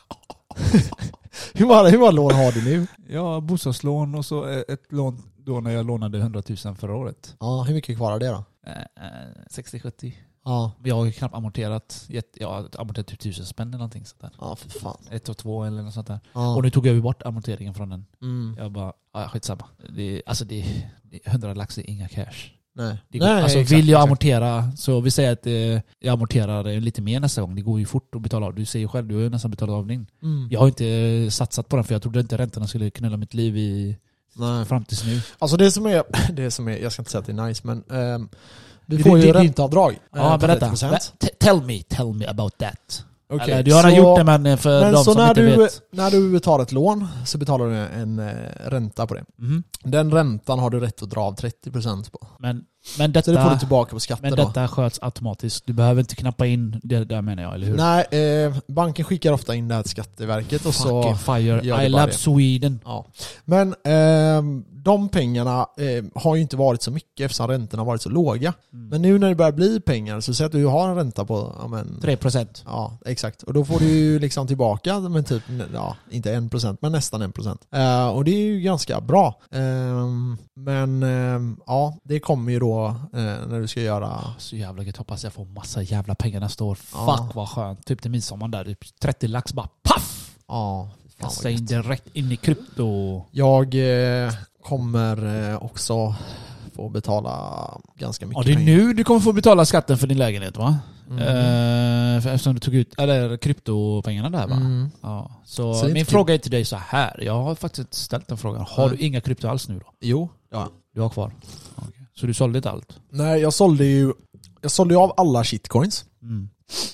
hur, många, hur många lån har du nu? Ja, bostadslån och så ett lån då när jag lånade hundratusen förra året. Ja, hur mycket kvar är det då? sextio sjuttio. Ja. Jag har ju knappt amorterat. Jag har amorterat typ tusen spänn eller någonting sånt där. Ja, för fan. Ett och två eller något sånt där. Ja. Och nu tog jag ju bort amorteringen från den. Mm. Jag bara, ja skitsamma. Det, alltså det, det hundra lax är inga cash. Nej. Det går, Nej alltså exakt, vill jag amortera exakt. Så vi säger att eh, jag amorterar lite mer nästa gång. Det går ju fort att betala av. Du säger ju själv, du har ju nästan betalat av din. Mm. Jag har inte satsat på den för jag trodde inte räntorna skulle knulla mitt liv i Nej. fram tills nu. Alltså det som är, det som är, jag ska inte säga att det är nice, men um, Du får Det- ju det- ränteavdrag. eh, Ja, på berätta. trettio procent. T- Tell me, tell me about that. Okej, Eller, du har så- gjort det, men för Men de så som när inte du, vet. när du tar ett lån så betalar du en eh, ränta på det. Mhm. Den räntan har du rätt att dra av trettio procent på. Men, men, Så det får du detta, tillbaka på skatten men då. detta sköts automatiskt. Du behöver inte knappa in det där, menar jag, eller hur? Nej, eh, banken skickar ofta in det här till Skatteverket och så... Fucking fire. gör det I bara love det. Sweden. Ja. Men ehm, de pengarna eh, har ju inte varit så mycket eftersom räntorna har varit så låga. Mm. Men nu när det börjar bli pengar så säg att du har en ränta på... Ja, men, tre procent. ja, exakt. Och då får du ju liksom tillbaka, men typ, ja, inte en procent, men nästan en procent. Eh, och det är ju ganska bra. Ehm, men ehm, ja, det kommer ju då eh, när du ska göra... Så jävla gött. Hoppas jag får massa jävla pengar nästa år. Ja. Fuck vad skönt. Typ till midsommar där. Typ trettio lax bara paff! Ja, fan Kasta vad in gött. direkt in i krypto. Jag eh, kommer eh, också få betala ganska mycket Ja, det är pengar. nu du kommer få betala skatten för din lägenhet, va? Mm. Eh, för eftersom du tog ut eller kryptopengarna där, va? Mm. Ja. Så, Så det är min inte fråga är till dig så här. Jag har faktiskt ställt den frågan. Har Nej. du inga krypto alls nu då? Jo, ja. Du har kvar? Okej. Så du sålde inte allt? Nej, jag sålde ju jag sålde ju av alla shitcoins. Mm.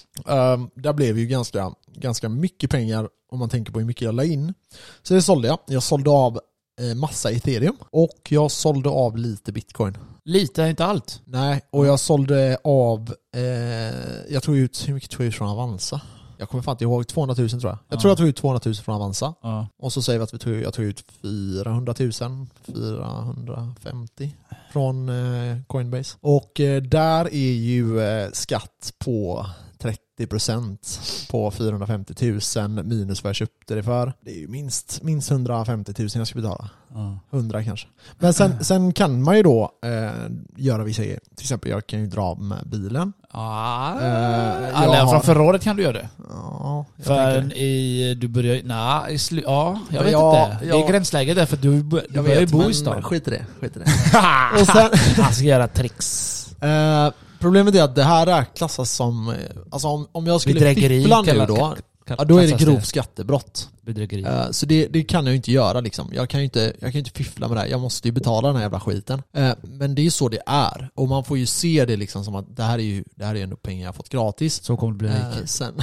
Um, där blev ju ganska, ganska mycket pengar om man tänker på hur mycket jag la in. Så det sålde jag. Jag sålde av eh, massa ethereum och jag sålde av lite bitcoin. Lite, inte allt. Nej, och jag sålde av eh, jag tog ut, hur mycket tog jag ut från Avanza? Jag kommer fan inte ihåg, tvåhundratusen tror jag. Jag Ja. tror jag tog ut tvåhundratusen från Avanza. Ja. Och så säger vi att vi tog, jag tog ut fyrahundratusen, fyrahundrafemtio från eh, Coinbase. Och eh, där är ju eh, skatt på trettio procent på fyrahundrafemtiotusen minus vad jag köpte det för. Det är ju minst, minst hundrafemtiotusen jag ska betala. Ja. hundra kanske. Men sen, sen kan man ju då eh, göra vissa grejer. Till exempel jag kan ju dra av med bilen. Ah, Eh, jag Eller har- från förra året kan du göra det. Ja, jag För tänker- i, du börjar, nej, i slu, ja, jag vet Ja, inte. Det ja. är gränsläge där för du, du jag börjar ju vet, bo men i stan. skit i det. Skit i det. Och sen, Han ska göra tricks. Eh, problemet är att det här är klassas som, eh, alltså om, om jag skulle Bedrägeri fiffla nu kallar- då, ka- ja, då är det klassas grovt skattebrott. Bedrägeri. Eh, så det, det kan jag ju inte göra liksom. Jag kan ju inte, jag kan ju inte fiffla med det här. Jag måste ju betala den här jävla skiten. Eh, men det är ju så det är. Och man får ju se det liksom som att det här är ju, det här är ändå pengar jag har fått gratis. Så kommer du bli rik. Eh, sen,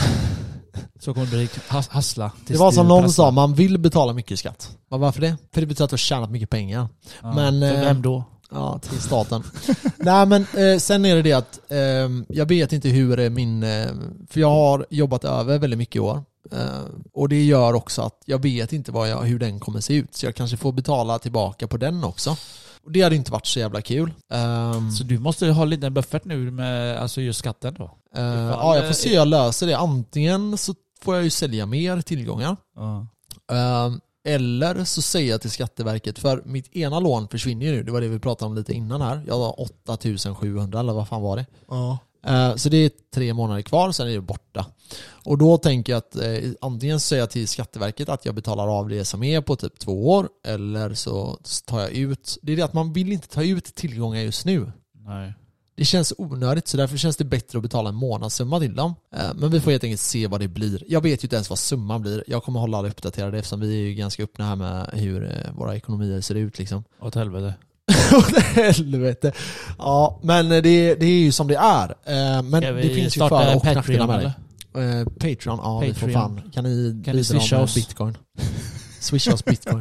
Så kommer du bli rik. Has, hassla. det tills var du som någon prasslar. sa, man vill betala mycket skatt. Men varför det? För det betyder att du har tjänat mycket pengar. Ja. men, För eh, vem då? Ja, till staten. Nej men eh, sen är det det att eh, jag vet inte hur eh, min... Eh, för jag har jobbat över väldigt mycket i år. Eh, och det gör också att jag vet inte vad jag, hur den kommer se ut. Så jag kanske får betala tillbaka på den också. Och det hade inte varit så jävla kul. Um, Så du måste ha lite en buffert nu med alltså just skatten då? eh, ja, jag får se, jag löser det. Antingen så får jag ju sälja mer tillgångar. Ja. Um, eller så säger jag till Skatteverket, för mitt ena lån försvinner ju nu. Det var det vi pratade om lite innan här. Jag har åtta tusen sjuhundra eller vad fan var det? Ja. Uh, så det är tre månader kvar, sen är det borta. Och då tänker jag att eh, antingen säger jag till Skatteverket att jag betalar av det som är på typ två år, eller så tar jag ut. Det är det att man vill inte ta ut tillgångar just nu. Nej. Det känns onödigt, så därför känns det bättre att betala en månadssumma till dem. Eh, Men vi får helt enkelt se vad det blir. Jag vet ju inte ens vad summan blir. Jag kommer hålla alla uppdaterade eftersom vi är ju ganska öppna här med hur eh, våra ekonomier ser ut liksom. Åt helvete. Åt helvete. Ja, men det, det är ju som det är. Eh, Men Ska vi det finns ju starta för- en och nackdelar Patreon, med det. Eh, Patreon, ja vi får Patreon. fan. Kan ni Kan ni bidra swisha med oss? bitcoin? Swisha oss bitcoin.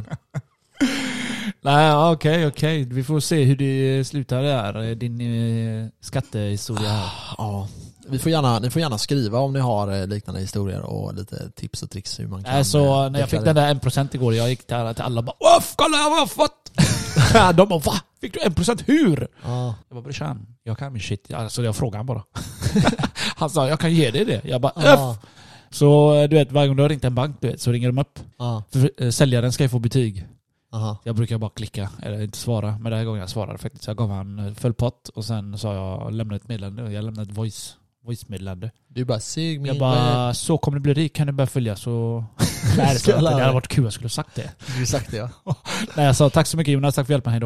Nej, okej, okej. Vi får se hur det slutar där. Din eh, skattehistoria här. Ja, vi får gärna, ni får gärna skriva om ni har eh, liknande historier och lite tips och tricks hur man kan. Alltså, eh, när jag fick deklarera. den där en procent igår, jag gick till alla, till alla och bara Åh, kolla vad jag har fått! De bara, va? Fick du en procent hur? Ja. Jag bara, brorsan, jag kan min shit. Alltså jag frågade han bara. Han sa, jag kan ge dig det. Jag bara, Ja. F! Så du vet, varje gång du har ringt en bank, du vet, så ringer de upp. Ja. För eh, säljaren ska ju få betyg. Aha. Jag brukar bara klicka, eller inte svara. Men den här gången jag svarade faktiskt. Jag gav han eh, full pott och sen sa jag, lämna ett meddelande. Jag lämnade ett voice, voice-meddelande. Du bara sug min... Jag bara, så kommer du bli rik, kan du börja följa så... Nej, det, Ska jag det lära hade dig? varit kul, jag skulle ha sagt det. Du har sagt det ja. Nej, jag sa tack så mycket Jonas, tack för hjälpen, hej då.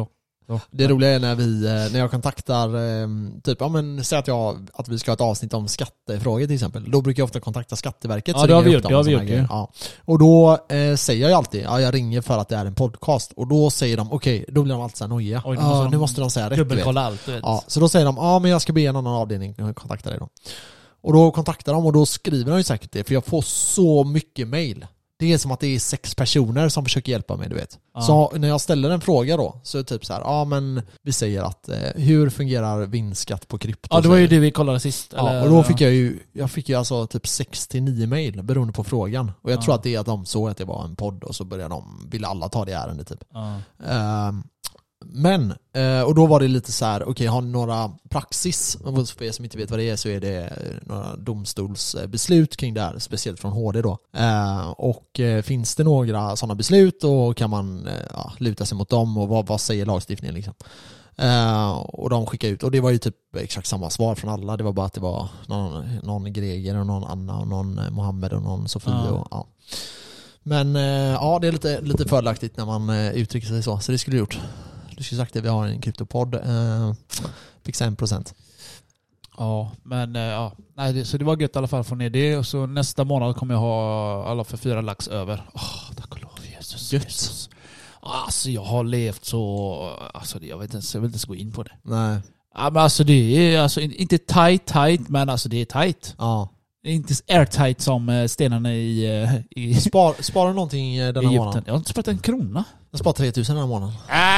Ja. Det roliga är när vi, när jag kontaktar, typ, ja men säg att, jag, att vi ska ha ett avsnitt om skattefrågor till exempel. Då brukar jag ofta kontakta Skatteverket. Ja, så det har vi ringer gjort, jag det upp har dem vi och gjort. såna grejer. Ja. Och då eh, säger jag ju alltid, ja jag ringer för att det är en podcast. Och då säger de, okej, okay, då blir de alltid så här nojiga. Oj, ja, måste nu måste de säga rätt. Dubbelkolla allt, du vet. Ja, så då säger de, ja men jag ska be en annan avdelning kontakta dig då. Och då kontaktar de och då skriver de ju säkert det. För jag får så mycket mail. Det är som att det är sex personer som försöker hjälpa mig, du vet. Ja. Så när jag ställer en fråga då, så är det typ så här, ja men vi säger att, eh, hur fungerar vinstskatt på krypto? Ja, det var ju det vi kollade sist. Ja, eller? och då fick jag ju, jag fick ju alltså typ sex till nio mail beroende på frågan. Och jag Ja. tror att det är att de såg att det var en podd och så började de, ville alla ta det ärendet typ. Ja. Um, Men, eh, och då var det lite så här, okej, okay, har ni några praxis? För er som inte vet vad det är så är det några domstolsbeslut kring det här, speciellt från H D då. Eh, och eh, finns det några sådana beslut och kan man eh, ja, luta sig mot dem och vad, vad säger lagstiftningen liksom? Eh, och de skickade ut, och det var ju typ exakt samma svar från alla, det var bara att det var någon, någon Greger och någon Anna och någon Mohammed och någon Sofie Ja. och ja. Men eh, ja, det är lite, lite fördelaktigt när man eh, uttrycker sig så, så det skulle jag gjort. Du skulle sagt det, vi har en kryptopodd. Eh, fixa en procent. Ja, men eh, ja. Nej, det, så det var gött i alla fall att få ner det. Och så nästa månad kommer jag ha alla för fyra lax över. Åh, tack och lov, Jesus. Gött. Jesus. Alltså jag har levt så... Alltså jag vet inte, jag vill inte ens gå in på det. Nej. Ja, men alltså det är alltså inte tight tight, men alltså det är tight. Ja. Det är inte airtight som eh, stenarna i, eh, i Spar, sparar du någonting eh, denna Egypten. månaden? Jag har inte sparat en krona. Jag sparar tre tusen den här månaden.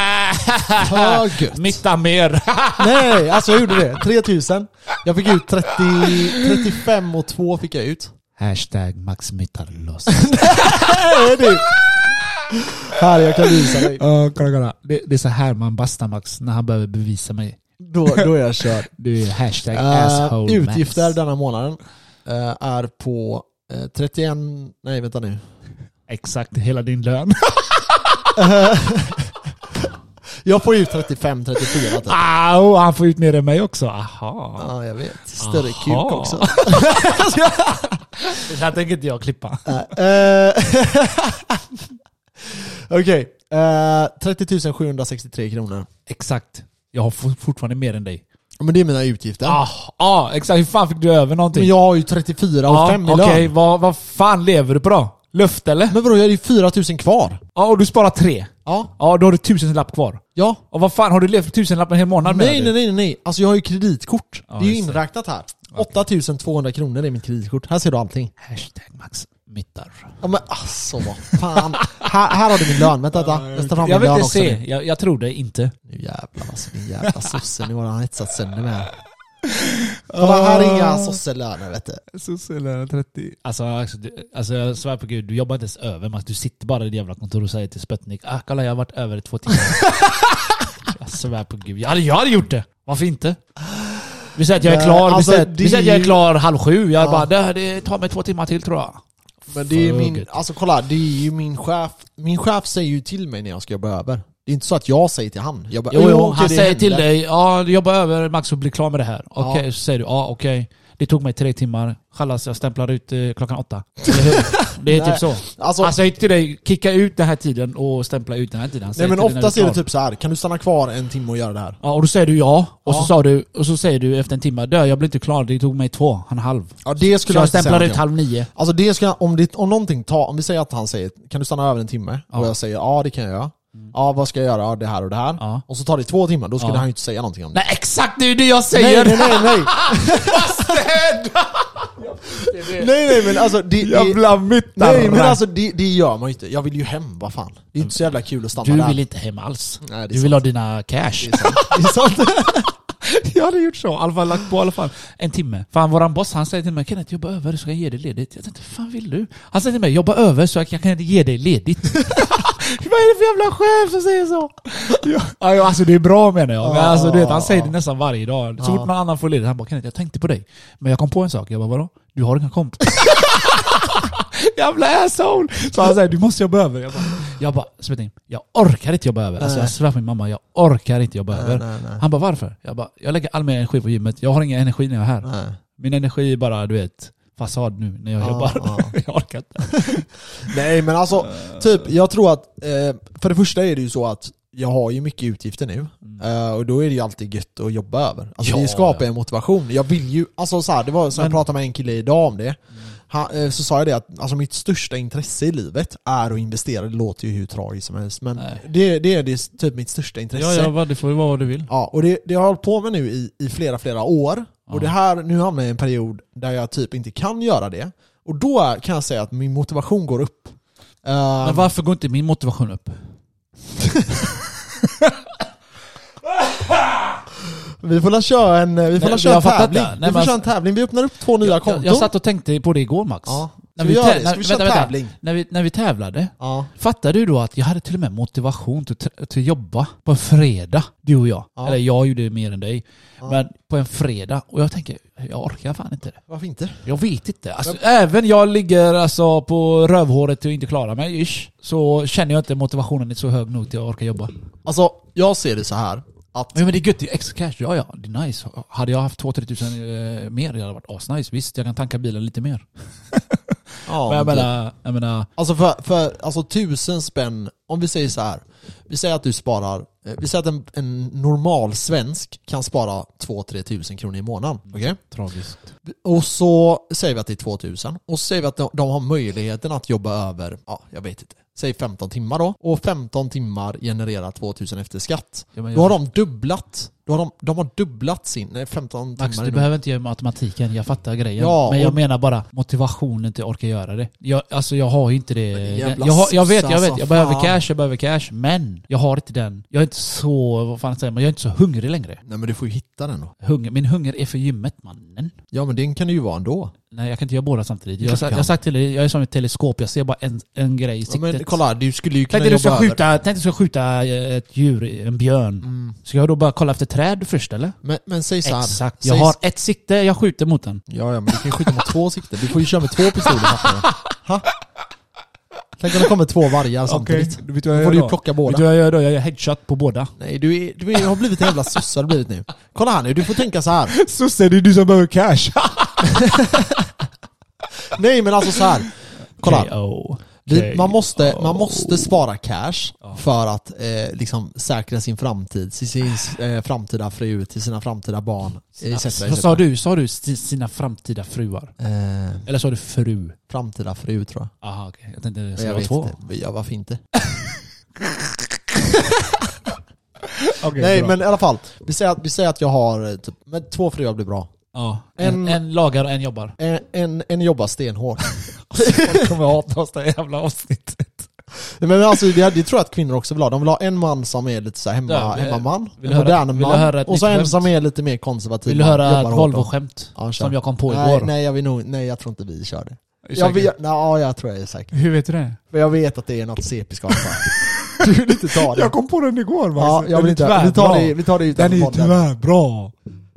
Ah, Ja, gött. Mitta mer. Nej, alltså jag gjorde det. tre tusen. Jag fick ut trettio, trettiofem och två fick jag ut. Hashtag Max mittar loss. Nej, det. Här, jag kan visa dig. Uh, kolla, kolla. Det, det är så här man bastar Max när han behöver bevisa mig. Då, då är jag körd. Det är hashtag Uh, asshole utgifter Max. denna månaden uh, är på uh, trettioen... Nej, vänta nu. Exakt hela din lön. Jag får ut trettiofem trettiofyra typ. Au, han får ut mer än mig också. Aha. Ja, jag vet. Större Aha. kuk också. Det här tänker inte jag klippa. Uh, Okej. Okay. Uh, trettio tusen sjuhundrasextiotre kronor. Exakt. Jag har fortfarande mer än dig. Men det är mina utgifter. Ja, ah, ah, exakt. Hur fan fick du över någonting? Men jag har ju trettiofyra och fem i lön. Okej, okay. vad, vad fan lever du på då? Luft eller? Men vadå, jag har ju fyra tusen kvar. Ja, och du sparar tre. Ja. Ja, då har du tusen lapp kvar. Ja. Och vad fan, har du levt för tusen lapp en hel månad med? Nej, nej, nej, nej. Alltså jag har ju kreditkort. Ja, det är ju just det. inräknat här. åtta tusen tvåhundra kronor är mitt kreditkort. Här ser du allting. Hashtag Max mittar. Ja men alltså vad fan. här, här har du min lön. Vänta, vänta. Jag tar fram Jag min vill lön inte också. se. Nu. Jag, jag tror det inte. Nu jävlar alltså, din jävla sosse. Nu har han hetsat sönder med. Kolla, här är inga sosselöner, vet du. Sosselöner trettio. Alltså, alltså, du, alltså jag svär på gud, du jobbar inte ens över Max. Du sitter bara i det jävla kontor och säger till Sputnik, ah kolla jag har varit över i två timmar. Jag svär på gud. Jag hade, jag hade gjort det. Varför inte? Vi säger att jag är klar. Alltså, vi, säger, det... vi säger att jag är klar halv sju. Jag Ja. bara, det, det tar mig två timmar till tror jag. Men det är För min, gud. alltså kolla, det är ju min chef. Min chef säger ju till mig när jag ska jobba över. Det är inte så att jag säger till han. Jag bara, Jo, jo, okej, han det säger händer. till dig, ja du jobbar över Max och blir klar med det här. Okej, Ja. så säger du, ja okej. Det tog mig tre timmar. Chalas, jag stämplar ut eh, klockan åtta. Eller hur? Det är Nej, typ så. Alltså, Han säger till dig, kicka ut den här tiden och stämpla ut den här tiden. Han nej säger men till dig när du oftast är det klar. typ så här. Kan du stanna kvar en timme och göra det här? Ja, och då säger du ja. Och, Ja. Så sa du, och så säger du efter en timme, dö jag blir inte klar, det tog mig två, han halv. Ja, det Så skulle jag inte säga stämplar ut någonting om. halv nio. Alltså det ska, om, det, om någonting tar, om vi säger att han säger, kan du stanna över en timme? Ja. Och jag säger, ja det kan jag göra. Ja, vad ska jag göra? Ja, det här och det här. Ja. Och så tar det två timmar, då skulle Ja. han ju inte säga någonting om det. Nej exakt, det är ju det jag säger! Nej, nej, nej, nej. Bastard! nej, nej, men alltså det, det, Jävla mittar! nej, men alltså det, det gör man ju inte. Jag vill ju hem, vad fan. Det är inte så jävla kul att stanna Du där. vill inte hem alls. Nej, det är Du vill sant. ha dina cash. Det är sant. Det är sant. Jag hade gjort så. I alla fall lagt på i alla fall en timme. Fan, våran boss han säger till mig, kan jag inte jobba över så jag ge dig ledigt? Jag tänkte, fan vill du? Han säger till mig, jobba över så jag kan inte ge dig ledigt. Vad är det för jävla chef som säger så? Ja. Ja, alltså det är bra menar jag. Men alltså, du vet, han säger det nästan varje dag. Så fort någon annan får ledigt, han bara, kan inte, jag tänkte på dig. Men jag kom på en sak. Jag bara, vadå? Du har inga komp. Jävla asshole! Så han säger, du måste jobba över. Jag bara, jag bara Svetting, jag orkar inte jobba över. Alltså jag svär på min mamma, jag orkar inte jobba över. nej, nej. Han bara, varför? Jag bara, jag lägger all min energi på gymmet. Jag har ingen energi när jag är här. Nej. Min energi är bara, du vet, fasad nu när jag Ja, jobbar. ja. Jag orkar inte. Nej men alltså, typ jag tror att, eh, för det första är det ju så att jag har ju mycket utgifter nu. Mm. Uh, och då är det ju alltid gött att jobba över. Alltså Ja, det skapar ja. en motivation. Jag vill ju, alltså så här, det var så Men- jag pratade med en kille idag om det. Mm. Han, eh, så sa jag det att alltså mitt största intresse i livet är att investera. Det låter ju hur tragiskt som helst. Men det, det är det, typ mitt största intresse. Ja, ja, vad- det får ju vara vad du vill. Ja, och det, det har jag hållit på med nu i, i flera, flera år. Ja. Och det här, nu hamnar jag i en period där jag typ inte kan göra det. Och då är, kan jag säga att min motivation går upp. Uh, Men varför går inte min motivation upp? vi får la köra en, vi får Nej, la köra jag en fattar tävling. inte. Nej, vi men får köra en alltså- tävling. Vi öppnar upp två nya konton. Jag, jag satt och tänkte på det igår, Max. Ja. När Ska vi, vi göra tä- det? Ska vi när, köra vänta, vänta. tävling? När, vi, när vi tävlade, Ja. fattar du då att jag hade till och med motivation till att jobba på en fredag, du och jag. Ja. Eller jag gjorde mer än dig. Ja. Men på en fredag, och jag tänker, jag orkar fan inte det. Varför inte? Jag vet inte. Alltså, även jag ligger alltså på rövhåret och inte klarar mig, ish, så känner jag inte motivationen är så hög nog till att orka jobba. Alltså, jag ser det så här. Att, Ja, men det är gött, det är extra cash. Ja, ja, det är nice. Hade jag haft två till tre tusen eh, mer, det hade varit asnice. Visst, jag kan tanka bilen lite mer. ja, Men jag typ. menar, jag menar, Alltså för, för alltså tusen spänn, om vi säger så här. Vi säger att du sparar, eh, vi säger att en, en normal svensk kan spara två till tre tusen kronor i månaden. Okej? tragiskt. Och så säger vi att det är två tusen. Och så säger vi att de, de har möjligheten att jobba över, ja, jag vet inte. Säg femton timmar då. Och femton timmar genererar två tusen efter skatt. Ja, men Då jag, har de dubblat. Då har de, de har dubblat sin, nej, femton Max, timmar. du är nog- behöver inte göra matematiken, jag fattar grejen. Ja, men jag och- menar bara motivationen till att orka göra det. Jag, alltså jag har ju inte det. Men det är Jag, jävla har, jag vet, jag sossa, vet. Jag behöver fan. cash, jag behöver cash. Men jag har inte den. Jag är inte så, vad fan säger man, jag är inte så hungrig längre. Nej, men du får ju hitta den då. Hunger, min hunger är för gymmet, mannen. Ja, men den kan det ju vara ändå. Nej, jag kan inte göra båda samtidigt. Jag, har Klart sagt- du jag har kan. sagt till dig, jag är som ett teleskop, jag ser bara en, en grej i Ja, siktet. men kolla, du skulle ju kunna Tänk dig du ska jobba över. skjuta, tänk dig du ska skjuta ett djur, en björn. Mm. Ska jag då bara kolla efter träd först eller? Men, men säg så här. Exakt. Säg, Jag har ett sikte, jag skjuter mot den. Ja, ja, men du kan ju skjuta mot två sikten. Du får ju köra med två pistoler, fattar du? Ha? Tänk om det kommer två vargar samtidigt. vet Då får du ju plocka Vet båda. du vad jag gör då? Jag gör headshot på båda. Nej, du, är, du är, har blivit en jävla sossa du blivit nu. Kolla här nu, du får tänka så här. Så säger det du som behöver cash. Nej, men alltså så här. Kolla. K O. Vi, man, måste, K O. man måste spara cash Ja. för att eh, liksom säkra sin framtid, till sin eh, framtida fru, till sina framtida barn, et cetera, et Vad sa cetera. du? Sa du s- sina framtida fruar? Eh, Eller sa du fru? framtida fru tror jag. Aha, okej. Jag tänkte det Men skulle jag vara vet två. inte. Ja, varför inte? Okay, Nej, men i alla fall. Vi säger att, vi säger att jag har eh, typ, men två fruar blir bra. Ja. En, En- en lagar och en jobbar. En, en, en jobbar stenhårt. Folk kommer hata oss det här jävla avsnittet. Men alltså, det, det tror jag att kvinnor också vill ha. De vill ha en man som är lite så här hemma, Ja, vill- hemmaman, vill en höra- modern vill du man, höra ett och så nytt en skämt? som är lite mer konservativ. Vill du man, höra jobbar ett hårt och- Volvo-skämt? Ja, kör. Som jag kom på nej, igår. nej, jag vill nog, nej, jag tror inte vi kör det. Är Jag, säker? vet, ja, jag tror jag är säker. Hur vet du det? För jag vet att det är något C P-skap. Du vill inte ta det. kom på den igår, Max. Ja, jag vill inte. Vi tar det, vi tar det utanför podden. bra.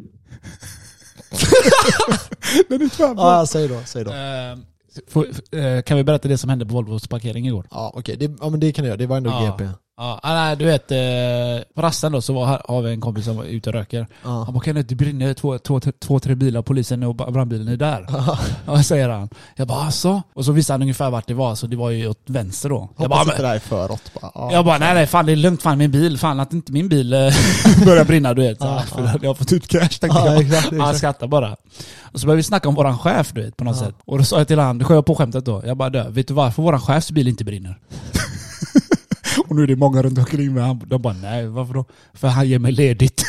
Den är tyvärr Ja, säg då, säg då. Eh, får- eh, kan vi berätta det som hände på Volvos parkering igår? Ja, okej, det, ja, men det kan jag göra. Det var ändå Ja. G P. Ja, ah, nej, du vet, eh, på rasten då så var, här, har vi en kompis som var ute och röker. Ja. Han bara, kan det brinner två, två, två, tre bilar, polisen och brandbilen är där. Ja, säger han. Jag bara, alltså? Och så visade han ungefär vart det var, så det var ju åt vänster då. Jag bara, Hoppas men, inte det där är föråt. Bara, ja. jag bara, nej nej, fan det är lugnt, fan min bil, fan att inte min bil eh, börjar brinna, du vet. Så, Ja, för ja. jag har fått ut cash, tänkte Ja, jag. exakt, Han exakt. skrattar bara. Och så började vi snacka om våran chef, du vet, på något Ja. sätt. Och då sa jag till han, då sjöng jag på skämtet då. Jag bara, dö, vet du varför våran chefs bil inte brinner? Och nu är det många runt omkring mig. Han- De bara, nej, varför då? För han ger mig ledigt.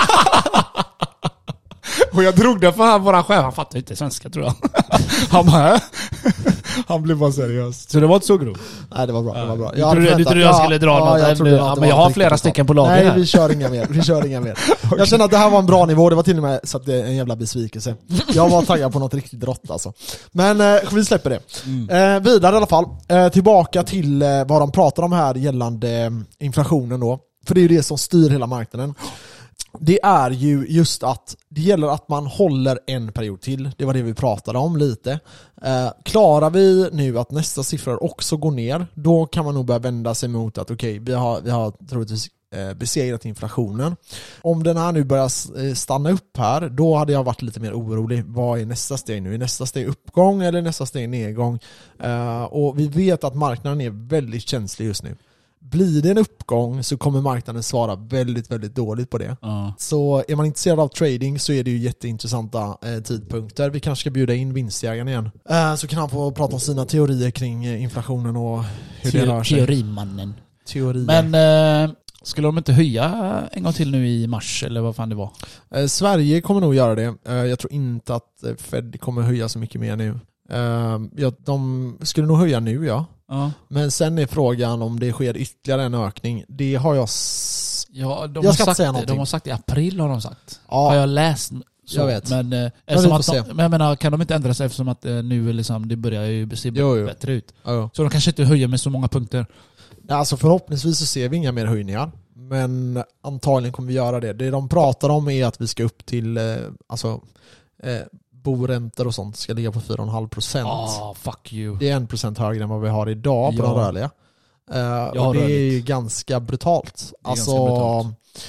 Och jag drog det för han, våran chef, han fattar inte svenska tror jag. Han bara, äh? Han blev bara seriös. Så det var inte så grovt. Nej, det var bra. Det var bra. Du trodde- du trodde jag skulle dra något jag trodde nu. att Ja, det men jag var har ett flera riktigt stycken bra. på lager Nej, här. vi kör inga mer. Vi kör inga mer. Jag känner att det här var en bra nivå. Det var till och med så att det är en jävla besvikelse. Jag var taggad på något riktigt rått alltså. Men eh, vi släpper det. Mm. Eh, vidare i alla fall. Eh, tillbaka till eh, vad de pratar om här gällande eh, inflationen då. För det är ju det som styr hela marknaden. Det är ju just att det gäller att man håller en period till. Det var det vi pratade om lite. Eh, klarar vi nu att nästa siffror också går ner, då kan man nog börja vända sig mot att okej, okay, vi har, vi har troligtvis eh, besegrat inflationen. Om den här nu börjar eh, stanna upp här, då hade jag varit lite mer orolig. Vad är nästa steg nu? Är nästa steg uppgång eller nästa steg nedgång? Eh, och vi vet att marknaden är väldigt känslig just nu. blir det en uppgång så kommer marknaden svara väldigt, väldigt dåligt på det. Ja. Så är man intresserad av trading så är det ju jätteintressanta eh, tidpunkter. Vi kanske ska bjuda in vinstjägaren igen. Eh, så kan han få prata om sina teorier kring eh, inflationen och hur det rör sig. Teorimannen. Teorier. Men eh, skulle de inte höja en gång till nu i mars eller vad fan det var? Eh, Sverige kommer nog göra det. Eh, jag tror inte att eh, Fed kommer höja så mycket mer nu. Eh, ja, de skulle nog höja nu, ja. Ja. Men sen är frågan om det sker ytterligare en ökning. Det har jag... S- Ja, de, Jag har ska inte sagt, säga någonting. de har sagt i april har de sagt. Ja. Har jag läst så. Jag vet. Men, eh, vi eftersom får att se. de, men jag menar, kan de inte ändra sig eftersom att eh, nu är liksom, det börjar ju se Jo, jo. bättre ut. Ja. Så de kanske inte höjer med så många punkter. Alltså förhoppningsvis så ser vi inga mer höjningar. Men antagligen kommer vi göra det. Det de pratar om är att vi ska upp till eh, alltså, eh, boräntor och sånt ska ligga på fyra komma fem procent. Ah, fuck you. Det är en procent högre än vad vi har idag på Ja. de rörliga. Uh, och det rörligt. är ju ganska brutalt. Det är alltså, ganska brutalt.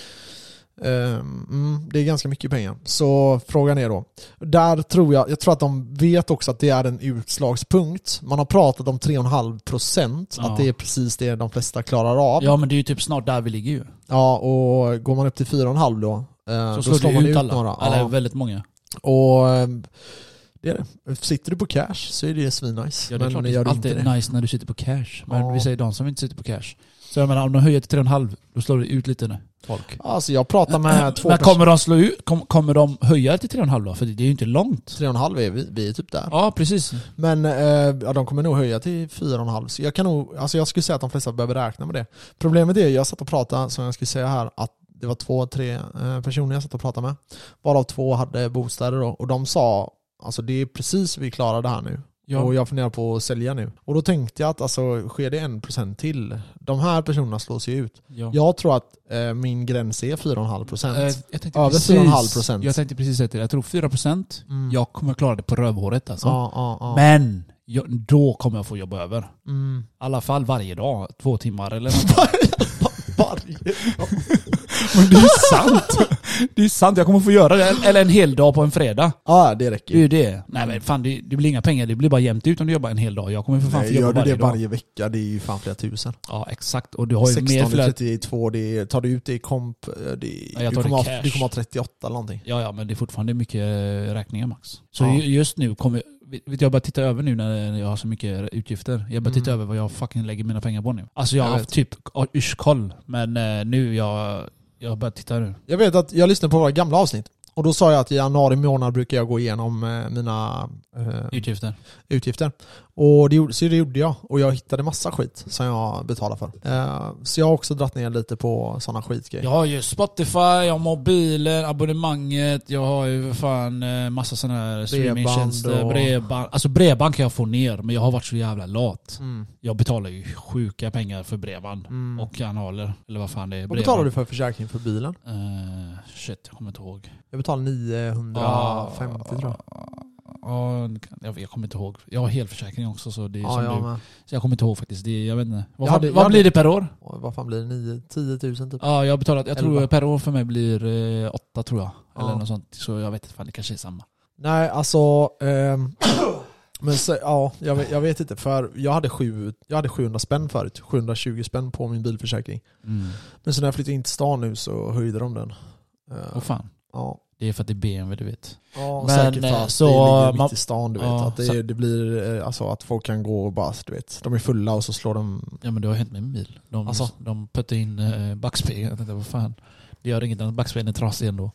ehm, mm, det är ganska mycket pengar. Så frågan är då, där tror jag, jag tror att de vet också att det är en utslagspunkt. Man har pratat om tre komma fem procent, Ja. att det är precis det de flesta klarar av. Ja, men det är ju typ snart där vi ligger ju. Ja, och går man upp till fyra komma fem då, eh, Så då slår slår det man ut ut alla. några. Eller Ja. väldigt många. Och eh, det är det. Sitter du på cash så är det svinnice. Ja, det är men klart, det gör är du inte alltid det. nice när du sitter på cash. Men Ja. vi säger de som inte sitter på cash. Så jag menar, om de höjer till tre komma fem, då slår det ut lite nu. Folk. Alltså jag pratar med två Men personer. kommer de slå ut, kom, kommer de höja till tre komma fem då? För det är ju inte långt. tre komma fem är vi, vi är typ där. Ja, precis. Men eh, ja, de kommer nog höja till fyra komma fem. Så jag kan nog, alltså jag skulle säga att de flesta behöver räkna med det. Problemet är, jag satt och pratade, som jag skulle säga här, att det var två, tre eh, personer jag satt och pratade med. Varav två hade bostäder då. Och de sa, alltså det är precis vi klarar det här nu. Ja. Och jag funderar på att sälja nu. Och då tänkte jag att alltså, sker det en procent till, de här personerna slås ju ut. Ja. Jag tror att eh, min gräns är fyra komma fem procent. Eh, jag tänkte Över precis- fyra komma fem procent. Jag tänkte precis säga till dig, jag tror fyra procent. Mm. Jag kommer klara det på rövhåret alltså. Ja, ja, ja. Men jag, då kommer jag få jobba över. I Mm. alla fall varje dag, två timmar eller något. Varje Men det är ju sant. Det är sant, jag kommer få göra det. Eller en hel dag på en fredag. Ja, det Det räcker är ju. ju det. Nej men fan, det, det blir inga pengar. Det blir bara jämnt ut om du jobbar en hel dag. Jag kommer för fan få Nej, jobba gör du varje det dag. varje vecka, det är ju fan flera tusen. Ja, exakt. Och du har ju mer sexton flera... trettiotvå, det är, tar du ut det i komp, det är, Ja, jag du, tar det kommer ha, cash. du kommer ha trettioåtta eller någonting. Ja, ja, men det är fortfarande mycket eh, räkningar Max. Så Ja. ju- just nu kommer... Vet du, jag bara titta över nu när jag har så mycket utgifter. Jag bara titta Mm. över vad jag fucking lägger mina pengar på nu. Alltså jag har Jag haft typ urskoll. Men eh, nu jag... Jag bara tittar nu. Jag vet att jag lyssnade på våra gamla avsnitt. Och då sa jag att i januari månad brukar jag gå igenom eh, mina eh, Utgifter. utgifter. Och det, gjorde- så det gjorde jag. Och jag hittade massa skit som jag betalar för. Eh, så jag har också dratt ner lite på sådana skitgrejer. Jag har ju Spotify, jag har mobilen, abonnemanget, jag har ju för fan eh, massa sådana här streamingtjänster, och- bredband. Alltså bredband kan jag få ner, men jag har varit så jävla lat. Mm. Jag betalar ju sjuka pengar för bredband. Mm. Och kanaler, eller vad fan det är. Vad Bredband. betalar du för försäkring för bilen? Uh, shit, jag kommer inte ihåg. Jag betalar niohundrafemtio tror jag. Ja, jag, jag kommer inte ihåg. Jag har helförsäkring också, så det är Ja, som jag du. med. Så jag kommer inte ihåg faktiskt. Det, jag vet inte. Vad, Jag hade- vad jag hade- blir det per år? Och vad fan blir det? nio tio tusen typ? Ja, jag har betalat, jag tror Elva. per år för mig blir eh, åtta tror jag. Eller Ja. något sånt. Så jag vet inte, fan det kanske är samma. Nej, alltså... ehm, men så, ja, jag vet, jag vet inte. För jag hade, sju, jag hade sjuhundra spänn förut. sjuhundratjugo spänn på min bilförsäkring. Mm. Men så när jag flyttade in till stan nu så höjde de den. Eh, Åh fan. ja. Det är för att det är B M W, du vet. Ja, Men, säkert eh, fast så det ligger man- mitt i stan, du vet. ja, att det, så- det blir eh, alltså att folk kan gå och bara, du vet. De är fulla och så slår de... Ja men det har hänt med min bil. De, Alltså? de puttar in eh, backspegeln. Jag tänkte, vad fan. Det gör inget annat, backspegeln är trasig ändå.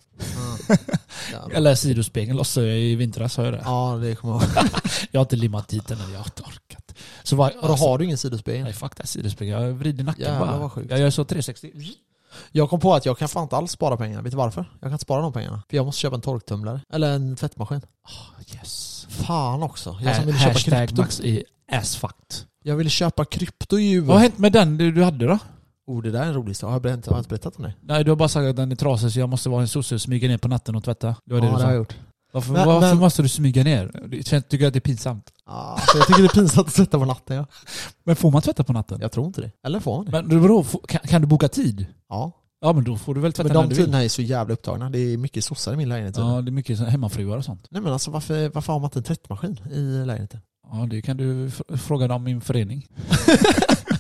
Ja, Eller sidospegeln lossade jag i vintras, sa jag det. ja, det kommer jag ihåg. Jag har inte limmat dit den, eller jag har inte orkat. Så var, Och då har du ingen sidospegel? Nej fuck det här sidospegeln, jag vrider nacken Jävlar, bara. vad sjukt. Jag gör så trehundrasextio. Jag kom på att jag kan fan inte alls spara pengar. Vet du varför? Jag kan inte spara de pengarna. För jag måste köpa en torktumlare. Eller en tvättmaskin. Yes. Fan också. Jag som ville Ha- köpa Hashtag krypto. Max är assfucked. Jag ville köpa krypto ju. Vad har hänt med den du, du hade då? Oh, det där är en rolig historia. Har jag, berättat, har jag inte berättat om det? Nej, du har bara sagt att den är trasig så jag måste vara en sosse och smyga ner på natten och tvätta. Det var det Ja, du det sa. har jag gjort. Varför, Men- varför men- måste du smyga ner? Du känner- Tycker du att det är pinsamt? Ah, så jag tycker det är pinsamt att tvätta på natten. Ja. Men får man tvätta på natten? Jag tror inte det. Eller får man det? Men du, vadå, får- kan, kan du boka tid? Ja. Ja men då får du väl tvätta Men när de du vill. tiderna är så jävla upptagna. Det är mycket sossar i min lägenhet. Ja, det är mycket så- hemmafruar och sånt. Nej men alltså varför, varför har man inte en tvättmaskin i lägenheten? Ja, det kan du f- fråga dem i min förening.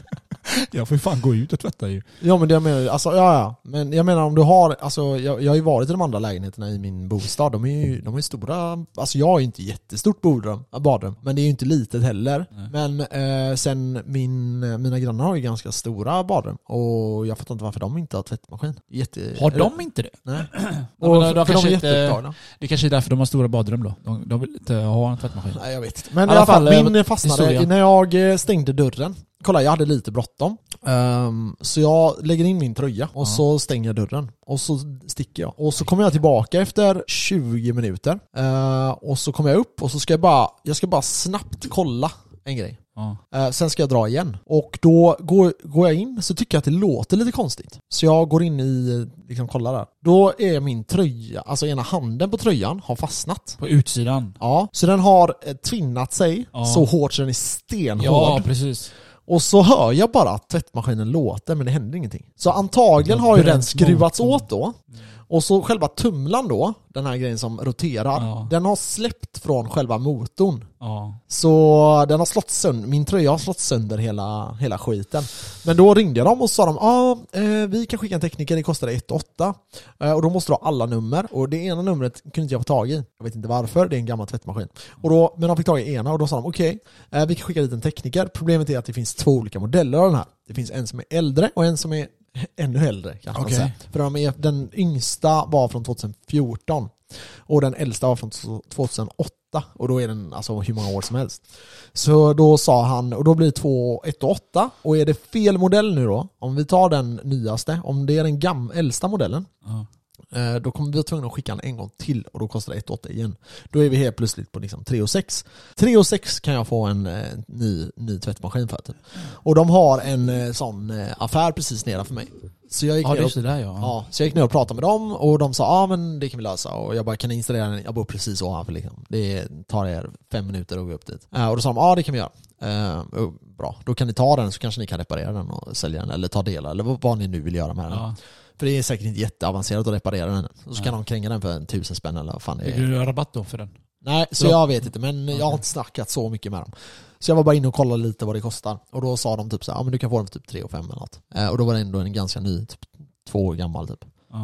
Jag får ju fan gå ut och tvätta ju. Ja men det jag menar, alltså, ja, ja. Men jag menar om du har, alltså, jag, jag har ju varit i de andra lägenheterna i min bostad. De är ju de är stora, alltså jag har ju inte jättestort badrum, badrum men det är ju inte litet heller. Nej. Men eh, sen min, mina grannar har ju ganska stora badrum och jag fattar inte varför de inte har tvättmaskin. Jätte, har de inte det? Nej. Och och de, de för kanske de är inte, jätteupptagna. det kanske är därför de har stora badrum då. De, de vill inte ha en tvättmaskin. Nej jag vet inte. Men I i alla fall, fall, min fastnade historia. när jag stängde dörren. Kolla, jag hade lite bråttom. Um, så jag lägger in min tröja och ja. så stänger jag dörren. Och så sticker jag. Och så kommer jag tillbaka efter tjugo minuter. Uh, och så kommer jag upp och så ska jag bara, jag ska bara snabbt kolla en grej. Ja. Uh, sen ska jag dra igen. Och då går, går jag in så tycker jag att det låter lite konstigt. Så jag går in i, liksom kollar där. Då är min tröja, alltså ena handen på tröjan har fastnat. På utsidan? Ja, så den har eh, tvinnat sig ja. så hårt så den är stenhård. Ja, precis. Och så hör jag bara att tvättmaskinen låter men det händer ingenting. Så antagligen har ju den skruvats åt då. Och så själva tumlan då, den här grejen som roterar, ja. den har släppt från själva motorn. Ja. Så den har slått sönder, min tröja har slått sönder hela, hela skiten. Men då ringde jag dem och sa de, ja ah, eh, vi kan skicka en tekniker, det kostar ett åtta. Eh, och då måste du ha alla nummer. Och det ena numret kunde inte jag få tag i. Jag vet inte varför, det är en gammal tvättmaskin. Och då, men de fick tag i ena och då sa de, okej, okay, eh, vi kan skicka dit en tekniker. Problemet är att det finns två olika modeller av den här. Det finns en som är äldre och en som är ännu äldre kan man okay. säga. För de är, den yngsta var från tjugohundrafjorton och den äldsta var från tjugohundraåtta och då är den alltså hur många år som helst. Så då sa han, och då blir det två, ett och åtta och är det fel modell nu då, om vi tar den nyaste, om det är den gam, äldsta modellen uh. då kommer vi vara tvungna att skicka den en gång till och då kostar det ett åtta igen. Då är vi helt plötsligt på liksom tre och sex. tre och sex kan jag få en eh, ny, ny tvättmaskin för typ. Och de har en eh, sån eh, affär precis nedanför mig. Så jag gick, ja, ner och, det där, ja. Ja, så jag gick ner och pratade med dem och de sa ja ah, men det kan vi lösa. Och jag bara, kan ni installera den? Jag bor precis ovanför liksom. Det tar er fem minuter att gå upp dit. Uh, och då sa de ja ah, det kan vi göra. Uh, bra, då kan ni ta den så kanske ni kan reparera den och sälja den eller ta delar eller vad, vad ni nu vill göra med den. Ja. För det är säkert inte jätteavancerat att reparera den. Och så kan de kränga den för en tusen spänn eller vad fan det är. Vill du ha rabatt då för den? Nej, så jag vet inte. Men jag har inte snackat så mycket med dem. Så jag var bara inne och kollade lite vad det kostar. Och då sa de typ så här, ja men du kan få den för typ tre och fem eller något. Eh, och då var det ändå en ganska ny, typ två år gammal typ. Uh.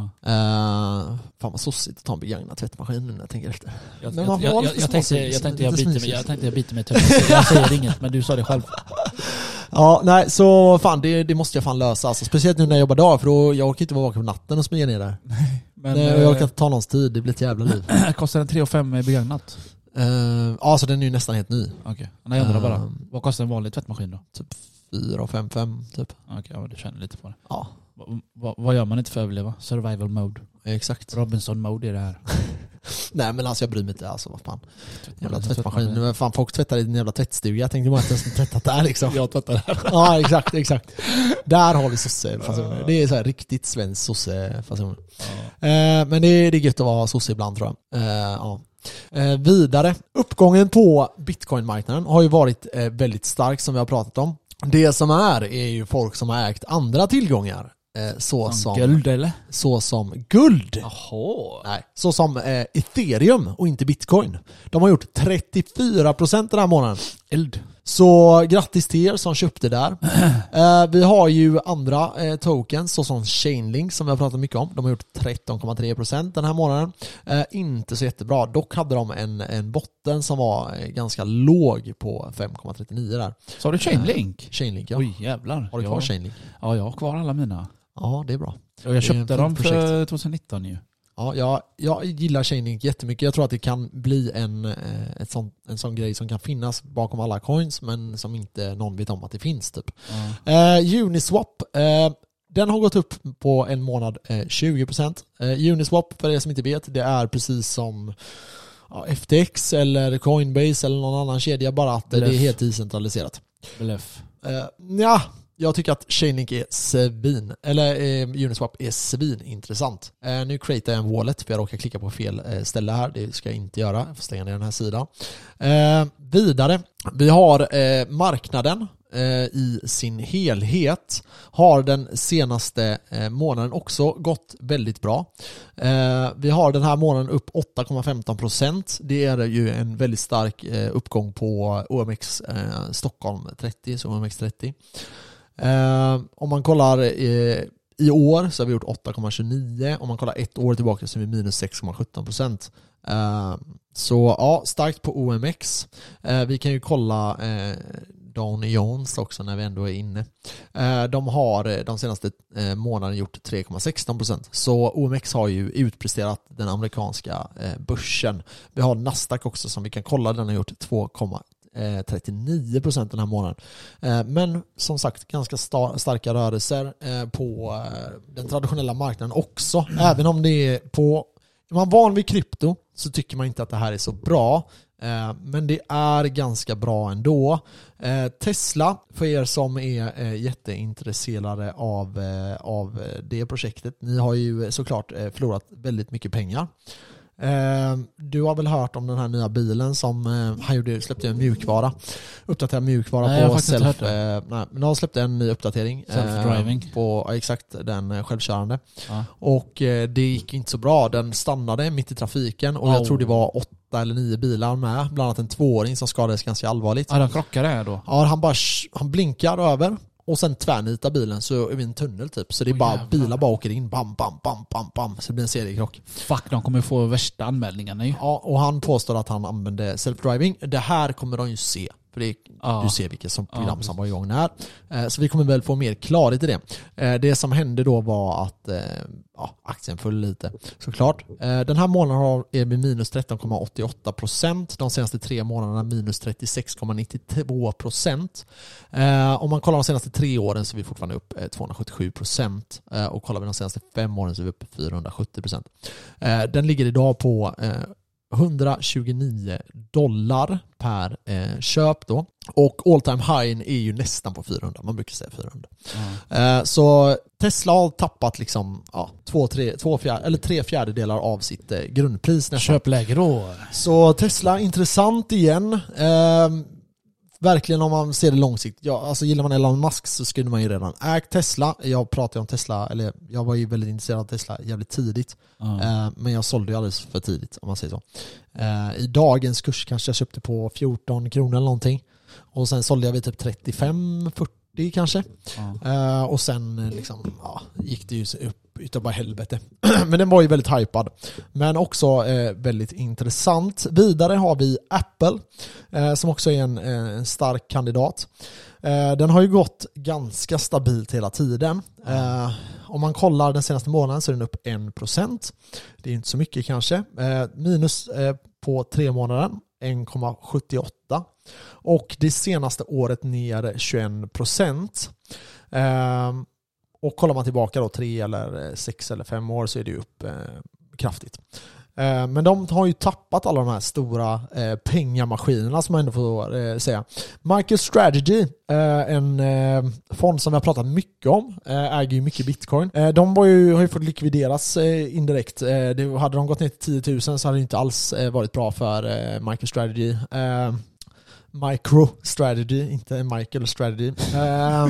Uh, fan vad sossigt att ta en begagnad tvättmaskin nu när jag tänker efter. Jag, men man jag, jag, jag, jag, tänkte, jag tänkte jag byter med, jag tänkte jag byter med jag säger inget, men du sa det själv. Ja, nej, så fan det, det måste jag fan lösa. Alltså, speciellt nu när jag jobbar dag, för då jag orkar inte vara vaken på natten och smyga ner där. Men, nej, jag orkar inte ta någons tid, det blir ett jävla liv. Kostar den tre och fem begagnat? Uh, ja, så den är ju nästan helt ny. Okej, okay. Nej, jag undrar bara. Uh, vad kostar en vanlig tvättmaskin då? Typ fyra och fem fem typ. Okej, okay, ja, du känner lite på det. Ja. Va, va, vad gör man inte för att överleva? Survival mode. Exakt. Robinson mode är det här. Nej men alltså jag bryr mig inte, alltså vad fan. Jävla tvättmaskin. Nu fan folk tvättar i en jävla tvättstuga. Jag tänkte bara att jag skulle tvättat där liksom. Jag tvättar där. Ja exakt, exakt. Där har vi sossefasoner. Det är så här riktigt svensk sossefasoner. Ja. Eh, men det är, det är gött att vara sosse ibland tror jag. Eh, ja. Eh, vidare. Uppgången på bitcoin-marknaden har ju varit eh, väldigt stark som vi har pratat om. Det som är är ju folk som har ägt andra tillgångar. Eh, så som guld eller? Så som guld. Jaha. Nej, så som eh, Ethereum och inte Bitcoin. De har gjort trettiofyra procent den här månaden. Eld. Så grattis till er som köpte där. eh, vi har ju andra eh, tokens såsom Chainlink som vi har pratat mycket om. De har gjort tretton komma tre procent den här månaden. Eh, inte så jättebra. Dock hade de en, en botten som var eh, ganska låg på fem komma trettionio där. Så har du Chainlink? Eh, Chainlink, ja. Oj jävlar. Har du kvar ja. Chainlink? Ja, jag har kvar alla mina. Ja, det är bra. Och jag köpte dem för tjugonitton ju. Ja, jag, jag gillar Chainlink jättemycket. Jag tror att det kan bli en, ett sån, en sån grej som kan finnas bakom alla coins men som inte någon vet om att det finns typ. Mm. Uh, Uniswap, uh, den har gått upp på en månad uh, tjugo procent. Uh, Uniswap, för er som inte vet, det är precis som uh, F T X eller Coinbase eller någon annan kedja, bara att Bluff. Det är helt decentraliserat. Bluff. Uh, ja, jag tycker att Chainlink är svin, eller eh, Uniswap är svin intressant. Eh, nu createar jag en wallet för jag råkar klicka på fel eh, ställe här. Det ska jag inte göra. Jag får stänga ner den här sidan. Eh, vidare, vi har eh, marknaden eh, i sin helhet har den senaste eh, månaden också gått väldigt bra. Eh, vi har den här månaden upp åtta komma femton procent. Det är ju en väldigt stark eh, uppgång på O M X eh, Stockholm trettio, så O M X trettio. Eh, om man kollar eh, i år så har vi gjort åtta komma tjugonio. Om man kollar ett år tillbaka så är vi minus sex komma sjutton procent. Eh, så ja, starkt på O M X. Eh, vi kan ju kolla eh, Dow Jones också när vi ändå är inne. Eh, de har de senaste eh, månaderna gjort tre komma sexton procent. Så O M X har ju utpresterat den amerikanska eh, börsen. Vi har Nasdaq också som vi kan kolla. Den har gjort två komma trettionio procent den här månaden. Men som sagt, ganska starka rörelser på den traditionella marknaden också. Även om det är på... Är man van vid krypto så tycker man inte att det här är så bra. Men det är ganska bra ändå. Tesla, för er som är jätteintresserade av, av det projektet, ni har ju såklart förlorat väldigt mycket pengar. Du har väl hört om den här nya bilen som han gjorde, släppte en mjukvara, uppdaterad mjukvara nej, på self. Eh, nej, men de släppte en ny uppdatering self-driving eh, på exakt den självkörande. Ja. Och eh, det gick inte så bra. Den stannade mitt i trafiken och oh. jag tror det var åtta eller nio bilar med, bland annat en tvååring som skadades ganska allvarligt. Ja, de krockade här då. Ja, han bara han blinkar över. Och sen tvärnitar bilen så är vi en tunnel typ. Så det är oh, bara jävlar. Bilar bara åker in. Bam, bam, bam, bam, bam. Så det blir en seriekrock. Fuck, de kommer få värsta anmälningarna ju. Ja, och han påstår att han använde self-driving. Det här kommer de ju se. För det är, ja. Du ser vilket som program ja, som var igång när. Så vi kommer väl få mer klarhet i det. Det som hände då var att ja, aktien föll lite. Såklart. Den här månaden har är vi minus tretton komma åttioåtta procent. De senaste tre månaderna minus trettiosex komma nittiotvå procent. Om man kollar de senaste tre åren så är vi fortfarande upp tvåhundrasjuttiosju procent. Och kollar vi de senaste fem åren så är vi uppe fyrahundrasjuttio procent. Den ligger idag på etthundratjugonio dollar per eh, köp då. Och all time high är ju nästan på fyrahundra. Man brukar säga fyrahundra. Mm. Eh, så Tesla har tappat liksom ja, två, tre, två fjär, eller tre fjärdedelar av sitt eh, grundpris nästan. Köpläge då. Så Tesla intressant igen. Eh, Verkligen om man ser det långsiktigt. Ja, alltså gillar man Elon Musk så skulle man ju redan ägt Tesla. Jag pratade om Tesla, eller jag var ju väldigt intresserad av Tesla jävligt tidigt. Mm. Eh, men jag sålde ju alldeles för tidigt om man säger så. Eh, I dagens kurs kanske jag köpte på fjorton kronor eller någonting. Och sen sålde jag vid typ trettiofem fyrtio kanske. Mm. Eh, och sen liksom, ja, gick det ju upp utav bara helvete. Men den var ju väldigt hypad. Men också eh, väldigt intressant. Vidare har vi Apple eh, som också är en, en stark kandidat. Eh, den har ju gått ganska stabilt hela tiden. Eh, om man kollar den senaste månaden så är den upp en procent. Det är inte så mycket kanske. Eh, minus eh, på tre månader en komma sjuttioåtta. Och det senaste året ner tjugoen procent. Eh, Och kollar man tillbaka då tre eller sex eller fem år så är det ju upp eh, kraftigt. Eh, men de har ju tappat alla de här stora eh, pengamaskinerna som man ändå får eh, säga. MicroStrategy, eh, en eh, fond som vi har pratat mycket om, eh, äger ju mycket bitcoin. Eh, de var ju, har ju fått likvideras eh, indirekt. Eh, det, hade de gått ner till tio tusen så hade det inte alls eh, varit bra för eh, MicroStrategy. Eh, MicroStrategy, inte Michael Strategy. uh,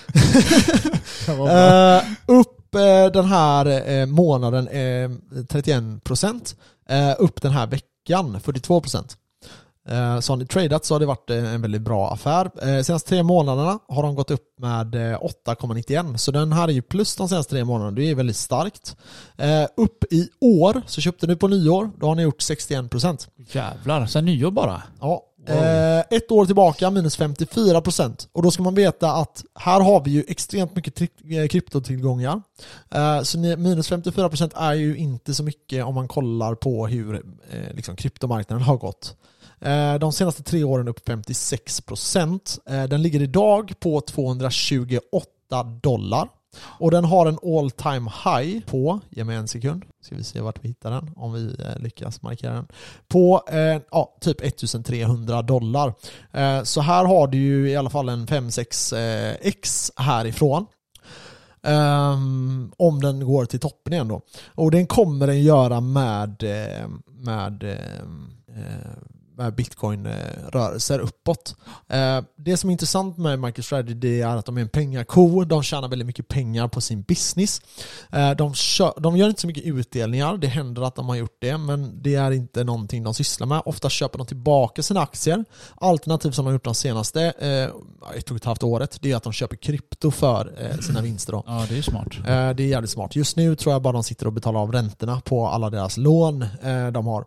uh, upp uh, den här uh, månaden uh, trettioen procent. Uh, upp den här veckan fyrtiotvå procent. Uh, så har ni tradat så har det varit uh, en väldigt bra affär. Uh, senaste tre månaderna har de gått upp med uh, åtta komma nittioen. Så den här är ju plus de senaste tre månaderna. Det är väldigt starkt. Uh, upp i år så köpte ni på nyår. Då har ni gjort sextioen procent. Jävlar, så nyår bara? Ja. Wow. Ett år tillbaka minus femtiofyra procent. Och då ska man veta att här har vi ju extremt mycket tri- kryptotillgångar. Så minus femtiofyra procent är ju inte så mycket om man kollar på hur liksom, kryptomarknaden har gått. De senaste tre åren upp femtiosex procent. Den ligger idag på tvåhundratjugoåtta dollar. Och den har en all time high på, ge mig en sekund, ska vi se vart vi hittar den, om vi eh, lyckas markera den, på eh, ja, typ ettusentrehundra dollar. Eh, så här har du ju i alla fall en fem sex eh, x härifrån. Um, om den går till toppen igen då. Och den kommer den göra med, med eh, Bitcoin-rörelser uppåt. Det som är intressant med MicroStrategy det är att de är en pengako. De tjänar väldigt mycket pengar på sin business. De, kör, de gör inte så mycket utdelningar. Det händer att de har gjort det, men det är inte någonting de sysslar med. Ofta köper de tillbaka sina aktier. Alternativt som de har gjort de senaste ett och ett halvt året, det är att de köper krypto för sina vinster. Då. Ja, det är smart. Det är jävligt smart. Just nu tror jag bara de sitter och betalar av räntorna på alla deras lån de har.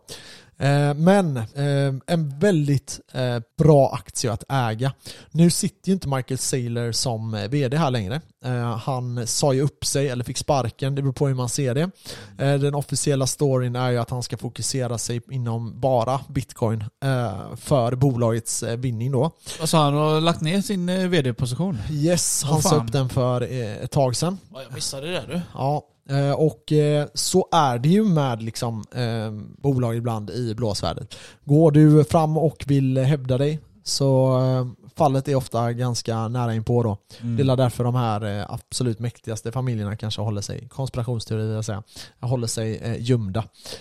Men en väldigt bra aktie att äga. Nu sitter ju inte Michael Saylor som vd här längre. Han sa ju upp sig eller fick sparken, det beror på hur man ser det. Den officiella storyn är ju att han ska fokusera sig inom bara Bitcoin för bolagets vinning då. Alltså han har lagt ner sin vd-position? Yes, han sa upp den för ett tag sedan. Ja, jag missade det du. Ja. Och så är det ju med liksom, eh, bolag ibland i blåsvärdet. Går du fram och vill hävda dig så eh, fallet är ofta ganska nära in på då. Mm. Det är därför de här eh, absolut mäktigaste familjerna kanske håller sig, konspirationsteorier vill jag säga, håller sig eh, gömda.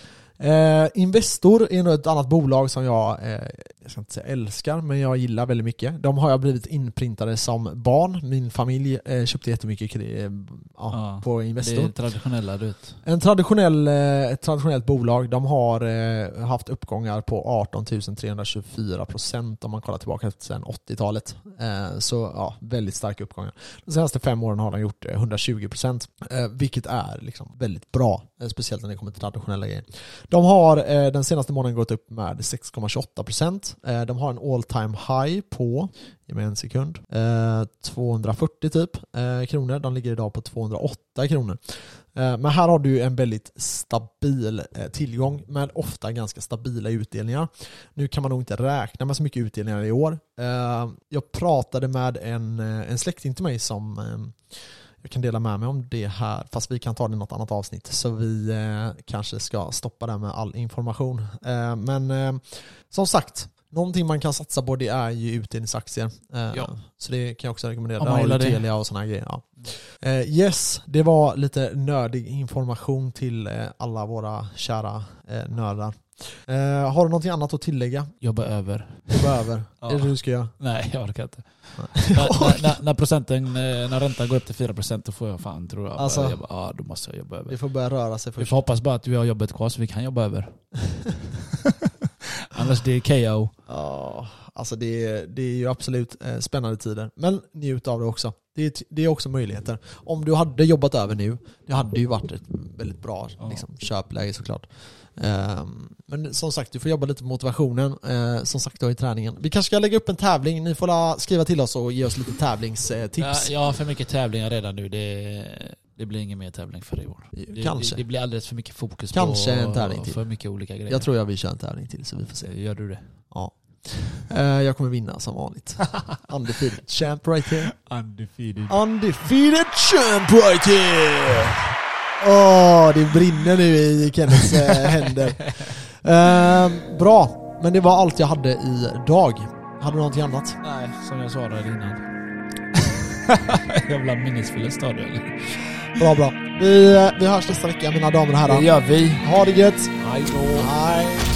Eh, Investor är nog ett annat bolag som jag, eh, jag ska inte säga älskar, men jag gillar väldigt mycket. De har jag blivit inprintade som barn. Min familj eh, köpte jättemycket eh, ja, ja, på Investor. Det är traditionella ut. En traditionell, eh, ett traditionellt bolag. De har eh, haft uppgångar på arton tusen trehundratjugofyra procent om man kollar tillbaka sedan åttiotalet. Eh, så ja, väldigt starka uppgångar. De senaste fem åren har de gjort eh, hundratjugo procent, eh, vilket är liksom väldigt bra, eh, speciellt när det kommer till traditionella grejer. De har eh, den senaste månaden gått upp med sex komma tjugoåtta procent. Eh, de har en all time high på, ge mig en sekund, eh, tvåhundrafyrtio typ eh, kronor. De ligger idag på tvåhundraåtta kronor. Eh, men här har du en väldigt stabil eh, tillgång med ofta ganska stabila utdelningar. Nu kan man nog inte räkna med så mycket utdelningar i år. Eh, jag pratade med en, en släkting till mig som eh, jag kan dela med mig om det här, fast vi kan ta det i något annat avsnitt. Så vi eh, kanske ska stoppa det med all information. Eh, men eh, som sagt, någonting man kan satsa på det är ju utdelningsaktier. Eh, ja. Så det kan jag också rekommendera. Om man gillar det. Telia och såna här grejer. Ja. Eh, yes, det var lite nördig information till eh, alla våra kära eh, nördar. Uh, har du någonting annat att tillägga? Jobba över. Jobba över. Ja. Är det det du ska göra? Nej, jag orkar inte. när, när, när, procenten, när räntan går upp till fyra procent då får jag fan, tror jag. Alltså, jag bara, ja, då måste jag jobba över. Vi får börja röra sig först. Vi får hoppas bara att vi har jobbet kvar så vi kan jobba över. Annars det är K O. Ja, alltså det är, det är ju absolut eh, spännande tider. Men njut av det också. Det är, det är också möjligheter. Om du hade jobbat över nu, det hade ju varit ett väldigt bra ja. liksom, köpläge såklart. Um, men som sagt, du får jobba lite på motivationen. Uh, som sagt, då i träningen. Vi kanske ska lägga upp en tävling. Ni får la skriva till oss och ge oss lite tävlingstips. Ja, jag har för mycket tävlingar redan nu. Det, det blir ingen mer tävling för i år. Det, kanske. Det, det blir alldeles för mycket fokus kanske på en tävling till. För mycket olika grejer. Jag tror jag vill köra en tävling till, så vi får se. Gör du det? Ja. Uh, jag kommer vinna som vanligt. Undefeated champ right here. Undefeated. Undefeated champ right here. Åh, oh, det brinner nu i Kenneths uh, händer. Uh, bra, men det var allt jag hade idag. Hade du någonting annat? Nej, som jag svarade innan. Jävla minnesförlust av det, eller? Bra, bra. Vi, vi hörs nästa vecka, mina damer och herrar. Det gör vi. Ha det gött. Hej då. Hej.